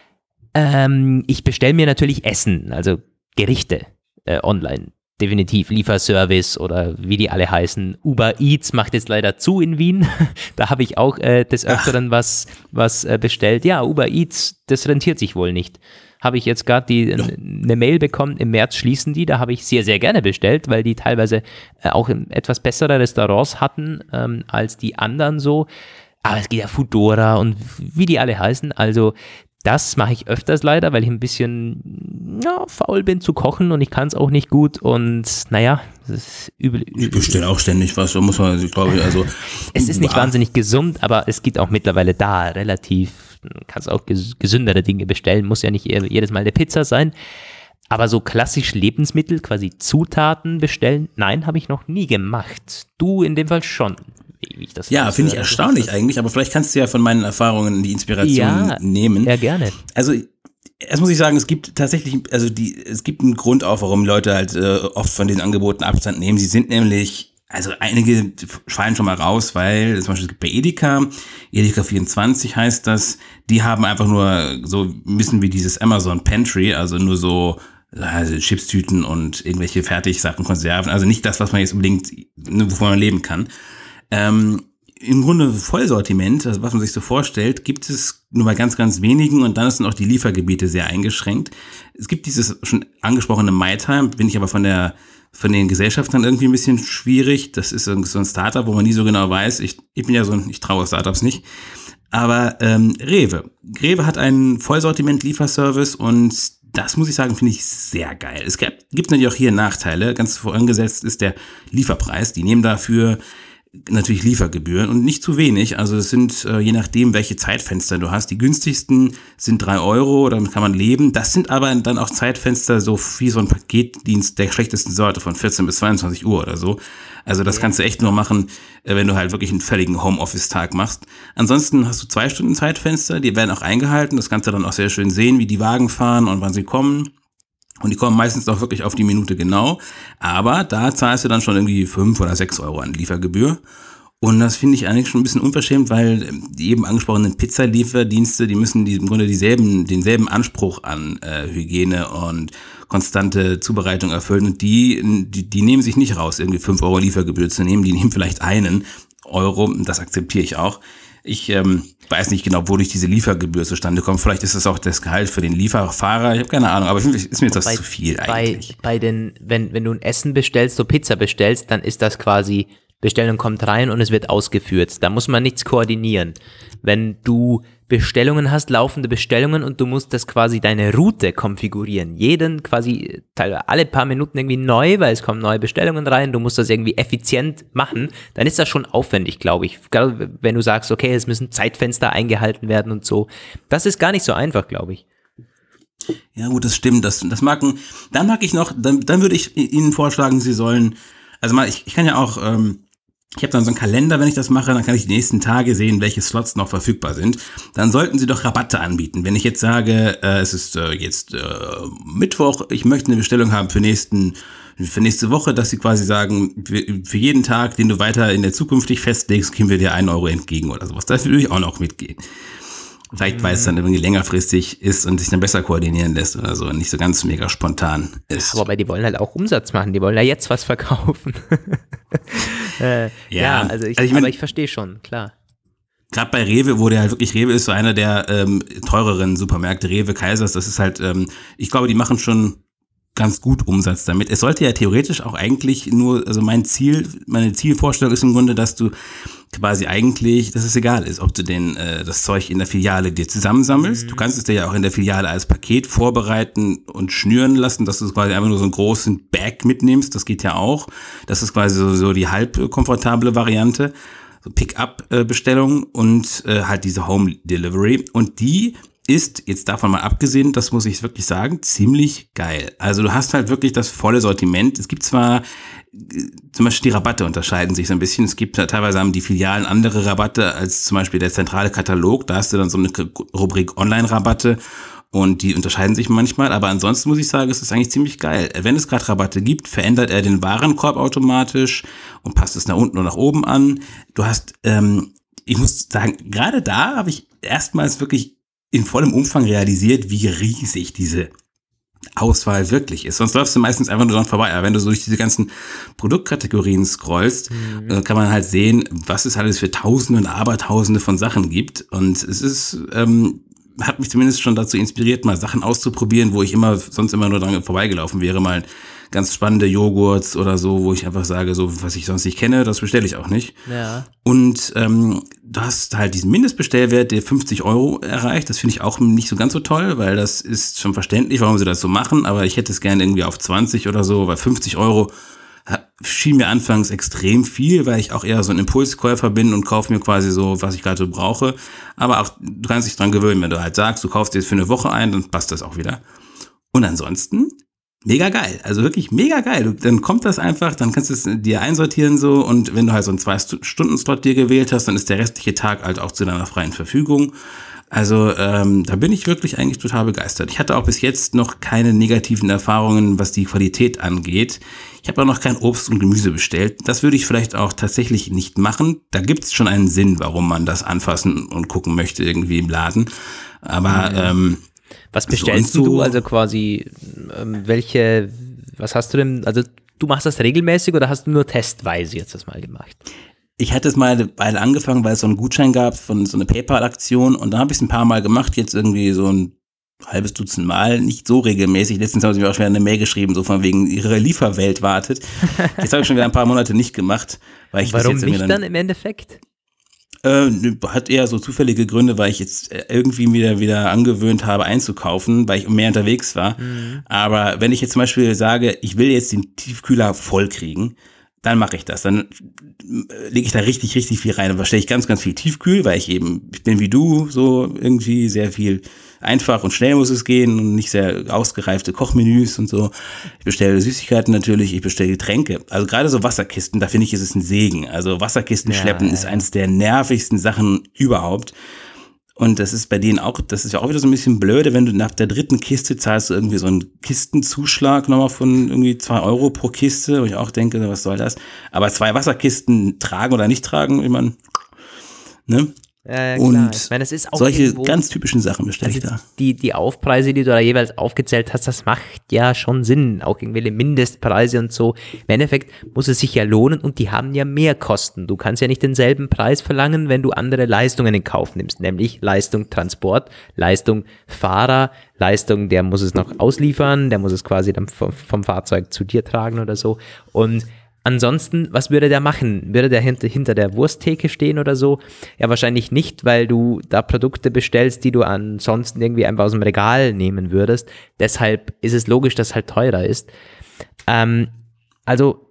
Ich bestelle mir natürlich Essen, also Gerichte online. Definitiv Lieferservice oder wie die alle heißen. Uber Eats macht jetzt leider zu in Wien. Da habe ich auch des Öfteren was bestellt. Ja, Uber Eats, das rentiert sich wohl nicht. Habe ich jetzt gerade eine Mail bekommen, im März schließen die. Da habe ich sehr, sehr gerne bestellt, weil die teilweise auch etwas bessere Restaurants hatten als die anderen so. Aber es geht ja Foodora und wie die alle heißen. Also das mache ich öfters leider, weil ich ein bisschen faul bin zu kochen und ich kann es auch nicht gut und naja, das ist übel. Ich bestelle auch ständig was, da muss man, ich glaube, also. Es ist nicht wahnsinnig gesund, aber es gibt auch mittlerweile da relativ, kannst auch gesündere Dinge bestellen, muss ja nicht jedes Mal eine Pizza sein. Aber so klassisch Lebensmittel, quasi Zutaten bestellen, nein, habe ich noch nie gemacht. Du in dem Fall schon. Wie ich das finde ich erstaunlich eigentlich, aber vielleicht kannst du ja von meinen Erfahrungen die Inspiration nehmen. Ja, gerne. Also erst muss ich sagen, es gibt tatsächlich, es gibt einen Grund auch, warum Leute halt oft von den Angeboten Abstand nehmen. Sie sind nämlich, also einige fallen schon mal raus, weil zum Beispiel bei Edeka 24 heißt das, die haben einfach nur so ein bisschen wie dieses Amazon Pantry, also nur so Chipstüten und irgendwelche Fertigsachen, Konserven, also nicht das, was man jetzt unbedingt, wovon man leben kann. Im Grunde Vollsortiment, also was man sich so vorstellt, gibt es nur bei ganz, ganz wenigen und dann sind auch die Liefergebiete sehr eingeschränkt. Es gibt dieses schon angesprochene MyTime, bin ich aber von den Gesellschaftern irgendwie ein bisschen schwierig. Das ist so ein Startup, wo man nie so genau weiß. Ich bin ja ich traue Startups nicht. Aber Rewe hat einen Vollsortiment-Lieferservice und das muss ich sagen, finde ich sehr geil. Es gibt natürlich auch hier Nachteile. Ganz vorangesetzt ist der Lieferpreis. Die nehmen dafür natürlich Liefergebühren und nicht zu wenig. Also es sind, je nachdem, welche Zeitfenster du hast, die günstigsten sind 3 €, damit kann man leben. Das sind aber dann auch Zeitfenster, so wie so ein Paketdienst der schlechtesten Sorte von 14 bis 22 Uhr oder so. Also das kannst du echt nur machen, wenn du halt wirklich einen völligen Homeoffice-Tag machst. Ansonsten hast du 2 Stunden Zeitfenster, die werden auch eingehalten. Das kannst du dann auch sehr schön sehen, wie die Wagen fahren und wann sie kommen. Und die kommen meistens auch wirklich auf die Minute genau. Aber da zahlst du dann schon irgendwie 5 oder 6 € an Liefergebühr. Und das finde ich eigentlich schon ein bisschen unverschämt, weil die eben angesprochenen Pizzalieferdienste, die müssen im Grunde denselben Anspruch an Hygiene und konstante Zubereitung erfüllen. Und die nehmen sich nicht raus, irgendwie 5 € Liefergebühr zu nehmen. Die nehmen vielleicht 1 €. Das akzeptiere ich auch. Ich weiß nicht genau, wodurch diese Liefergebühr zustande kommt. Vielleicht ist das auch das Gehalt für den Lieferfahrer. Ich habe keine Ahnung, aber ist mir das zu viel eigentlich. Wenn du ein Essen bestellst, so Pizza bestellst, dann ist das quasi, Bestellung kommt rein und es wird ausgeführt. Da muss man nichts koordinieren. Wenn du Bestellungen hast, laufende Bestellungen und du musst das quasi deine Route konfigurieren. Alle paar Minuten irgendwie neu, weil es kommen neue Bestellungen rein, du musst das irgendwie effizient machen, dann ist das schon aufwendig, glaube ich. Gerade wenn du sagst, okay, es müssen Zeitfenster eingehalten werden und so. Das ist gar nicht so einfach, glaube ich. Ja gut, das stimmt. Dann mag ich noch, dann würde ich Ihnen vorschlagen, Sie sollen, also mal, ich kann ja auch, ich habe dann so einen Kalender, wenn ich das mache, dann kann ich die nächsten Tage sehen, welche Slots noch verfügbar sind. Dann sollten Sie doch Rabatte anbieten. Wenn ich jetzt sage, es ist jetzt Mittwoch, ich möchte eine Bestellung haben für nächste Woche, dass Sie quasi sagen, für jeden Tag, den du weiter in der Zukunft dich festlegst, geben wir dir 1 € entgegen oder sowas. Das würde ich auch noch mitgehen. Vielleicht, weil es dann irgendwie längerfristig ist und sich dann besser koordinieren lässt oder so und nicht so ganz mega spontan ist. Aber die wollen halt auch Umsatz machen, die wollen ja jetzt was verkaufen. Aber ich verstehe schon, klar. Gerade bei Rewe, Rewe ist so einer der teureren Supermärkte, Rewe, Kaisers, das ist halt, ich glaube, die machen schon ganz gut Umsatz damit. Es sollte ja theoretisch auch eigentlich nur, also meine Zielvorstellung ist im Grunde, dass du quasi eigentlich, dass es egal ist, ob du das Zeug in der Filiale dir zusammensammelst. Du kannst es dir ja auch in der Filiale als Paket vorbereiten und schnüren lassen, dass du quasi einfach nur so einen großen Bag mitnimmst. Das geht ja auch. Das ist quasi so die halb komfortable Variante. So Pick-up-Bestellung und halt diese Home Delivery. Und die ist, jetzt davon mal abgesehen, das muss ich wirklich sagen, ziemlich geil. Also du hast halt wirklich das volle Sortiment. Es gibt zwar, zum Beispiel die Rabatte unterscheiden sich so ein bisschen. Es gibt teilweise haben die Filialen andere Rabatte als zum Beispiel der zentrale Katalog. Da hast du dann so eine Rubrik Online-Rabatte und die unterscheiden sich manchmal. Aber ansonsten muss ich sagen, es ist eigentlich ziemlich geil. Wenn es gerade Rabatte gibt, verändert er den Warenkorb automatisch und passt es nach unten oder nach oben an. Du hast, ich muss sagen, gerade da habe ich erstmals wirklich in vollem Umfang realisiert, wie riesig diese Auswahl wirklich ist. Sonst läufst du meistens einfach nur dran vorbei. Aber wenn du so durch diese ganzen Produktkategorien scrollst, kann man halt sehen, was es alles für Tausende und Abertausende von Sachen gibt. Und es ist, hat mich zumindest schon dazu inspiriert, mal Sachen auszuprobieren, wo ich sonst immer nur dran vorbeigelaufen wäre. Mal ganz spannende Joghurts oder so, wo ich einfach sage, so was ich sonst nicht kenne, das bestelle ich auch nicht. Ja. Und du hast halt diesen Mindestbestellwert, der 50 € erreicht. Das finde ich auch nicht so ganz so toll, weil das ist schon verständlich, warum sie das so machen. Aber ich hätte es gerne irgendwie auf 20 oder so, weil 50 € schien mir anfangs extrem viel, weil ich auch eher so ein Impulskäufer bin und kaufe mir quasi so, was ich gerade so brauche. Aber auch, du kannst dich dran gewöhnen, wenn du halt sagst, du kaufst dir jetzt für eine Woche ein, dann passt das auch wieder. Und ansonsten mega geil, also wirklich mega geil. Dann kommt das einfach, dann kannst du es dir einsortieren so und wenn du halt so einen 2-Stunden-Slot dir gewählt hast, dann ist der restliche Tag halt auch zu deiner freien Verfügung. Also da bin ich wirklich eigentlich total begeistert. Ich hatte auch bis jetzt noch keine negativen Erfahrungen, was die Qualität angeht. Ich habe auch noch kein Obst und Gemüse bestellt. Das würde ich vielleicht auch tatsächlich nicht machen. Da gibt's schon einen Sinn, warum man das anfassen und gucken möchte irgendwie im Laden. Aber was bestellst du? Also quasi was hast du denn, also du machst das regelmäßig oder hast du nur testweise jetzt das mal gemacht? Ich hatte es mal eine Weile angefangen, weil es so einen Gutschein gab von so einer PayPal-Aktion und da habe ich es ein paar Mal gemacht, jetzt irgendwie so ein halbes Dutzend Mal, nicht so regelmäßig. Letztens haben sie mir auch schon eine Mail geschrieben, so von wegen, ihre Lieferwelt wartet. Jetzt habe ich schon wieder ein paar Monate nicht gemacht. Weil ich warum nicht dann im Endeffekt? Hat eher so zufällige Gründe, weil ich jetzt irgendwie wieder angewöhnt habe einzukaufen, weil ich mehr unterwegs war. Aber wenn ich jetzt zum Beispiel sage, ich will jetzt den Tiefkühler voll kriegen, dann mache ich das. Dann lege ich da richtig, richtig viel rein. Dann bestelle ich ganz, ganz viel Tiefkühl, weil ich bin wie du, so irgendwie sehr viel einfach und schnell muss es gehen und nicht sehr ausgereifte Kochmenüs und so. Ich bestelle Süßigkeiten natürlich, ich bestelle Getränke. Also gerade so Wasserkisten, da finde ich, ist es ein Segen. Also Wasserkisten schleppen ist eins der nervigsten Sachen überhaupt. Und das ist bei denen auch, das ist ja auch wieder so ein bisschen blöde, wenn du nach der 3. Kiste zahlst du irgendwie so einen Kistenzuschlag nochmal von irgendwie 2 € pro Kiste, wo ich auch denke, was soll das? Aber 2 Wasserkisten tragen oder nicht tragen, ich meine, ne? Ja, klar. Und ich meine, das ist auch solche ganz typischen Sachen bestelle ich da. Die Aufpreise, die du da jeweils aufgezählt hast, das macht ja schon Sinn. Auch irgendwelche Mindestpreise und so. Im Endeffekt muss es sich ja lohnen und die haben ja mehr Kosten. Du kannst ja nicht denselben Preis verlangen, wenn du andere Leistungen in Kauf nimmst. Nämlich Leistung Transport, Leistung Fahrer, Leistung, der muss es noch ausliefern, der muss es quasi dann vom Fahrzeug zu dir tragen oder so. Und ansonsten, was würde der machen? Würde der hinter der Wursttheke stehen oder so? Ja, wahrscheinlich nicht, weil du da Produkte bestellst, die du ansonsten irgendwie einfach aus dem Regal nehmen würdest. Deshalb ist es logisch, dass es halt teurer ist. Also,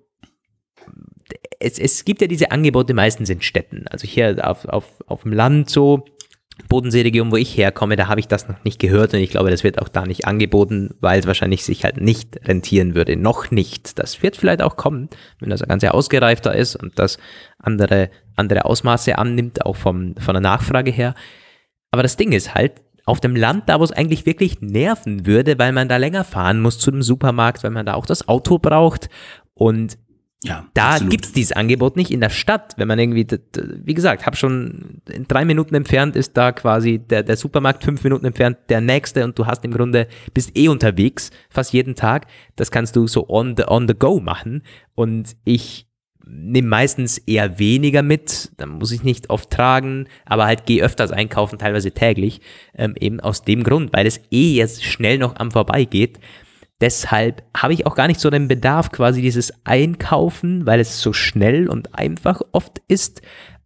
es gibt ja diese Angebote meistens in Städten. Also hier auf dem Land so, Bodenseeregion, wo ich herkomme, da habe ich das noch nicht gehört und ich glaube, das wird auch da nicht angeboten, weil es wahrscheinlich sich halt nicht rentieren würde. Noch nicht. Das wird vielleicht auch kommen, wenn das Ganze ausgereifter ist und das andere Ausmaße annimmt, auch von der Nachfrage her. Aber das Ding ist halt, auf dem Land, da wo es eigentlich wirklich nerven würde, weil man da länger fahren muss zu dem Supermarkt, weil man da auch das Auto braucht und ja, da gibt's dieses Angebot nicht in der Stadt, wenn man irgendwie, wie gesagt, habe schon in 3 Minuten entfernt ist da quasi der Supermarkt, 5 Minuten entfernt der nächste und du hast im Grunde, bist unterwegs, fast jeden Tag. Das kannst du so on the go machen und ich nehme meistens eher weniger mit, dann muss ich nicht oft tragen, aber halt gehe öfters einkaufen, teilweise täglich, eben aus dem Grund, weil es jetzt schnell noch am Vorbeigeht. Deshalb habe ich auch gar nicht so den Bedarf, quasi dieses Einkaufen, weil es so schnell und einfach oft ist,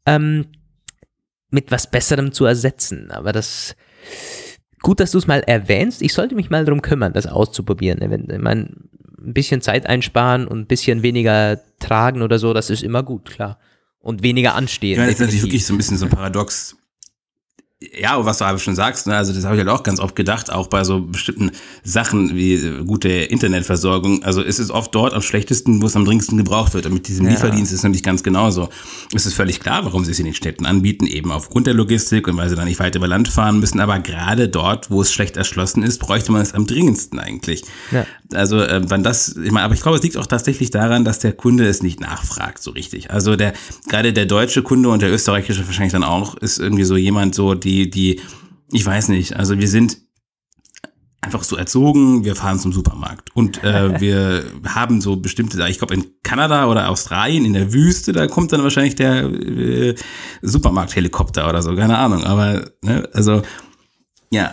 mit was Besserem zu ersetzen. Aber gut, dass du es mal erwähnst. Ich sollte mich mal darum kümmern, das auszuprobieren. Ich meine, ein bisschen Zeit einsparen und ein bisschen weniger tragen oder so, das ist immer gut, klar. Und weniger anstehen. Ich meine, das ist natürlich wirklich so ein bisschen so ein Paradox. Ja, und was du aber schon sagst, ne, also das habe ich halt auch ganz oft gedacht, auch bei so bestimmten Sachen wie gute Internetversorgung. Also es ist oft dort am schlechtesten, wo es am dringendsten gebraucht wird. Und mit diesem Lieferdienst ist es nämlich ganz genauso. Es ist völlig klar, warum sie es in den Städten anbieten, eben aufgrund der Logistik und weil sie dann nicht weit über Land fahren müssen. Aber gerade dort, wo es schlecht erschlossen ist, bräuchte man es am dringendsten eigentlich. Ja. Also aber ich glaube, es liegt auch tatsächlich daran, dass der Kunde es nicht nachfragt so richtig. Also gerade der deutsche Kunde und der österreichische wahrscheinlich dann auch, ist irgendwie so jemand so, die, ich weiß nicht, also wir sind einfach so erzogen, wir fahren zum Supermarkt und wir haben so bestimmte, ich glaube in Kanada oder Australien in der Wüste, da kommt dann wahrscheinlich der Supermarkthelikopter oder so, keine Ahnung, aber ne, also ja.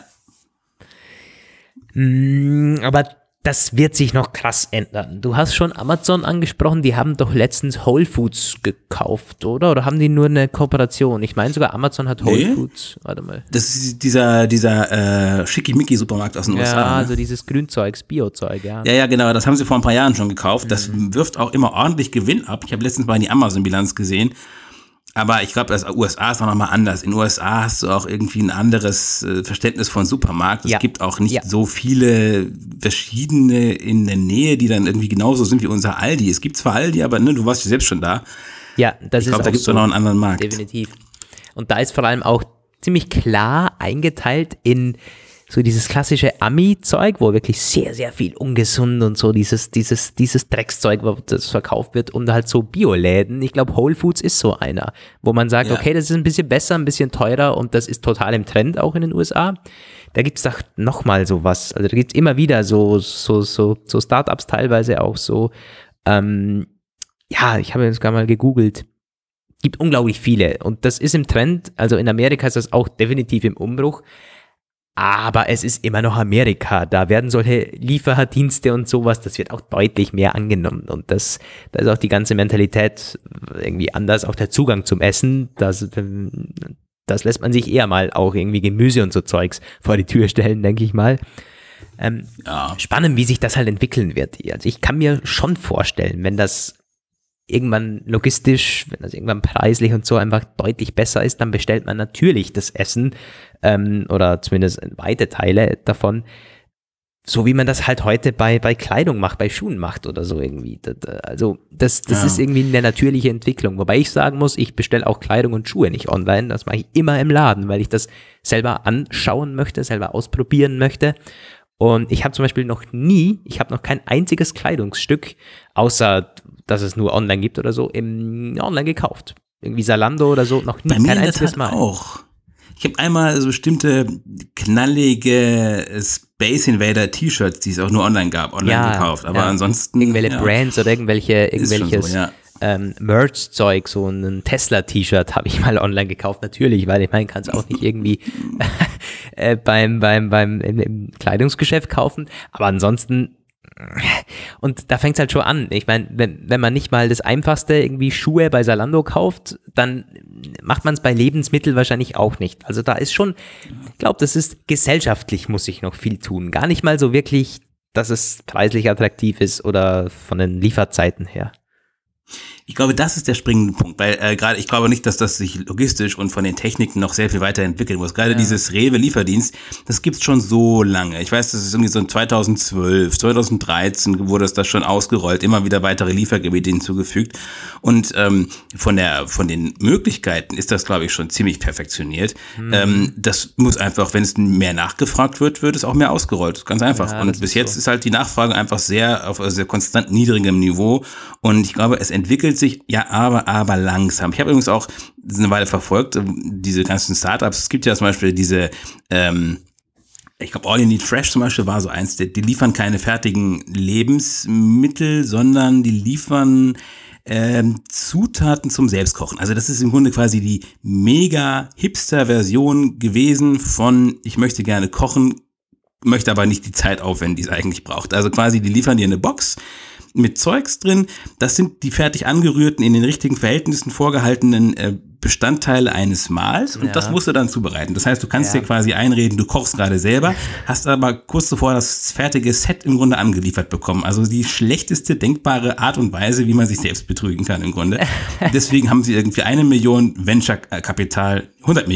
Aber das wird sich noch krass ändern. Du hast schon Amazon angesprochen, die haben doch letztens Whole Foods gekauft, oder? Oder haben die nur eine Kooperation? Ich meine sogar Amazon hat Whole Foods. Warte mal. Das ist dieser Schickimicki-Supermarkt aus den USA. Ja, also dieses Grünzeugs, Biozeug, ja. Ja, genau, das haben sie vor ein paar Jahren schon gekauft. Das wirft auch immer ordentlich Gewinn ab. Ich habe letztens mal in die Amazon-Bilanz gesehen. Aber ich glaube, das USA ist auch nochmal anders. In den USA hast du auch irgendwie ein anderes Verständnis von Supermarkt. Es gibt auch nicht so viele verschiedene in der Nähe, die dann irgendwie genauso sind wie unser Aldi. Es gibt zwar Aldi, aber ne, du warst ja selbst schon da. Ja, das ich glaube, da gibt es auch noch einen anderen Markt. Definitiv. Und da ist vor allem auch ziemlich klar eingeteilt in so dieses klassische Ami-Zeug, wo wirklich sehr, sehr viel ungesund und so dieses Dreckszeug, das verkauft wird, und halt so Bioläden. Ich glaube, Whole Foods ist so einer, wo man sagt, okay, das ist ein bisschen besser, ein bisschen teurer und das ist total im Trend auch in den USA. Da gibt es doch nochmal sowas. Also da gibt es immer wieder so Startups teilweise auch so. Ich habe jetzt gar mal gegoogelt. Gibt unglaublich viele und das ist im Trend. Also in Amerika ist das auch definitiv im Umbruch. Aber es ist immer noch Amerika, da werden solche Lieferdienste und sowas, das wird auch deutlich mehr angenommen und da ist auch die ganze Mentalität irgendwie anders, auch der Zugang zum Essen, das lässt man sich eher mal auch irgendwie Gemüse und so Zeugs vor die Tür stellen, denke ich mal. Spannend, wie sich das halt entwickeln wird. Also ich kann mir schon vorstellen, wenn das irgendwann logistisch, wenn das irgendwann preislich und so einfach deutlich besser ist, dann bestellt man natürlich das Essen oder zumindest weite Teile davon, so wie man das halt heute bei Kleidung macht, bei Schuhen macht oder so irgendwie. Das ist irgendwie eine natürliche Entwicklung. Wobei ich sagen muss, ich bestelle auch Kleidung und Schuhe nicht online. Das mache ich immer im Laden, weil ich das selber anschauen möchte, selber ausprobieren möchte. Und ich habe zum Beispiel noch kein einziges Kleidungsstück, außer dass es nur online gibt oder so, online gekauft. Irgendwie Zalando oder so, noch nie, bei mir kein einziges Mal. Auch. Ich habe einmal so bestimmte knallige Space Invader T-Shirts, die es auch nur online gab, gekauft. Aber ansonsten irgendwelche Brands oder irgendwelches Merch-Zeug, so ein Tesla-T-Shirt habe ich mal online gekauft, natürlich, weil ich meine, kann es auch nicht irgendwie im Kleidungsgeschäft kaufen, aber ansonsten, und da fängt es halt schon an. Ich meine, wenn man nicht mal das Einfachste irgendwie Schuhe bei Zalando kauft, dann macht man es bei Lebensmitteln wahrscheinlich auch nicht. Also da ist schon, ich glaube, das ist gesellschaftlich, muss ich noch viel tun. Gar nicht mal so wirklich, dass es preislich attraktiv ist oder von den Lieferzeiten her. Ich glaube, das ist der springende Punkt, weil gerade ich glaube nicht, dass das sich logistisch und von den Techniken noch sehr viel weiterentwickeln muss. Gerade dieses Rewe-Lieferdienst, das gibt's schon so lange. Ich weiß, das ist irgendwie so 2012, 2013 wurde das schon ausgerollt, immer wieder weitere Liefergebiete hinzugefügt. Und von den Möglichkeiten ist das, glaube ich, schon ziemlich perfektioniert. Das muss einfach, wenn es mehr nachgefragt wird, wird es auch mehr ausgerollt. Ganz einfach. Ja, und bis jetzt ist halt die Nachfrage einfach sehr auf sehr konstant niedrigem Niveau. Und ich glaube, es entwickelt sich, aber langsam. Ich habe übrigens auch eine Weile verfolgt, diese ganzen Startups. Es gibt ja zum Beispiel diese, ich glaube, All You Need Fresh zum Beispiel war so eins, die liefern keine fertigen Lebensmittel, sondern die liefern Zutaten zum Selbstkochen. Also das ist im Grunde quasi die mega Hipster-Version gewesen von ich möchte gerne kochen, möchte aber nicht die Zeit aufwenden, die es eigentlich braucht. Also quasi, die liefern dir eine Box mit Zeugs drin. Das sind die fertig angerührten, in den richtigen Verhältnissen vorgehaltenen Bestandteile eines Mahls und das musst du dann zubereiten. Das heißt, du kannst dir quasi einreden, du kochst gerade selber, hast aber kurz zuvor das fertige Set im Grunde angeliefert bekommen. Also die schlechteste denkbare Art und Weise, wie man sich selbst betrügen kann im Grunde. Deswegen haben sie irgendwie 100 Millionen Venture-Kapital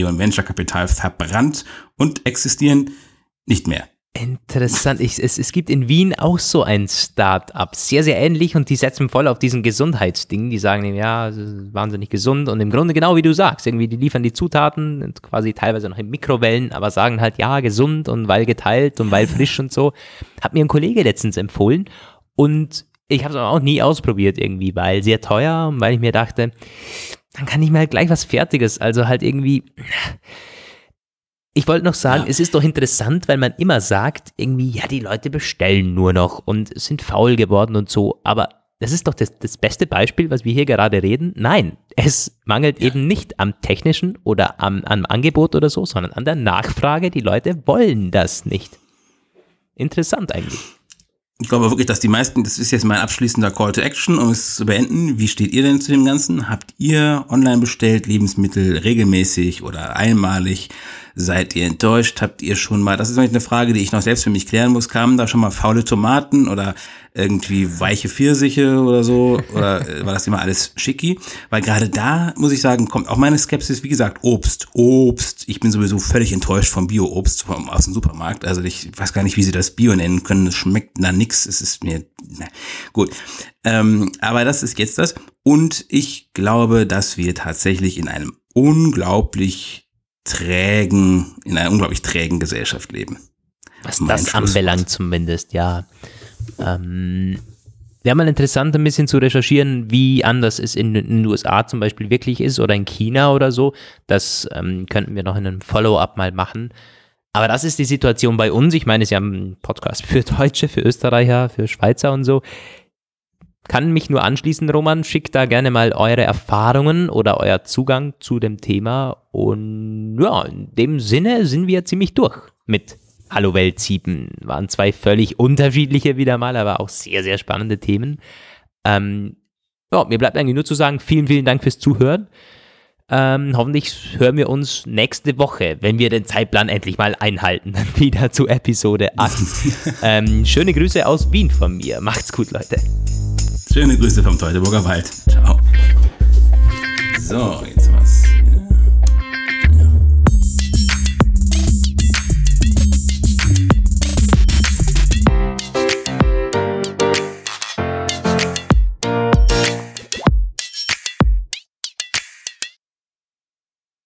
verbrannt und existieren nicht mehr. Interessant. Es gibt in Wien auch so ein Start-up, sehr, sehr ähnlich und die setzen voll auf diesen Gesundheitsding. Die sagen, ja, wahnsinnig gesund und im Grunde genau wie du sagst, irgendwie die liefern die Zutaten, quasi teilweise noch in Mikrowellen, aber sagen halt, ja, gesund und weil geteilt und weil frisch und so. Hat mir ein Kollege letztens empfohlen und ich habe es auch nie ausprobiert irgendwie, weil sehr teuer und weil ich mir dachte, dann kann ich mir halt gleich was Fertiges, also halt irgendwie... Ich wollte noch sagen, es ist doch interessant, weil man immer sagt, irgendwie, ja, die Leute bestellen nur noch und sind faul geworden und so, aber das ist doch das beste Beispiel, was wir hier gerade reden. Nein, es mangelt eben nicht am technischen oder am Angebot oder so, sondern an der Nachfrage. Die Leute wollen das nicht. Interessant eigentlich. Ich glaube wirklich, dass die meisten, das ist jetzt mein abschließender Call to Action, um es zu beenden. Wie steht ihr denn zu dem Ganzen? Habt ihr online bestellt, Lebensmittel regelmäßig oder einmalig? Seid ihr enttäuscht? Habt ihr schon mal, das ist eine Frage, die ich noch selbst für mich klären muss, kamen da schon mal faule Tomaten oder irgendwie weiche Pfirsiche oder so? Oder war das immer alles schicki? Weil gerade da, muss ich sagen, kommt auch meine Skepsis, wie gesagt, Obst. Ich bin sowieso völlig enttäuscht vom Bio-Obst aus dem Supermarkt. Also ich weiß gar nicht, wie sie das Bio nennen können. Es schmeckt da nix. Es ist mir, gut. Aber das ist jetzt das. Und ich glaube, dass wir tatsächlich in einer unglaublich trägen Gesellschaft leben. Was das anbelangt zumindest, ja. Wäre mal interessant, ein bisschen zu recherchieren, wie anders es in den USA zum Beispiel wirklich ist oder in China oder so. Das könnten wir noch in einem Follow-up mal machen. Aber das ist die Situation bei uns. Ich meine, es ist ja ein Podcast für Deutsche, für Österreicher, für Schweizer und so. Kann mich nur anschließen, Roman. Schickt da gerne mal eure Erfahrungen oder euer Zugang zu dem Thema. Und ja, in dem Sinne sind wir ziemlich durch mit Hallo Welt 7. Waren zwei völlig unterschiedliche wieder mal, aber auch sehr, sehr spannende Themen. Ja, mir bleibt eigentlich nur zu sagen, vielen, vielen Dank fürs Zuhören. Hoffentlich hören wir uns nächste Woche, wenn wir den Zeitplan endlich mal einhalten, wieder zu Episode 8. Schöne Grüße aus Wien von mir. Macht's gut, Leute. Schöne Grüße vom Teutoburger Wald. Ciao. So,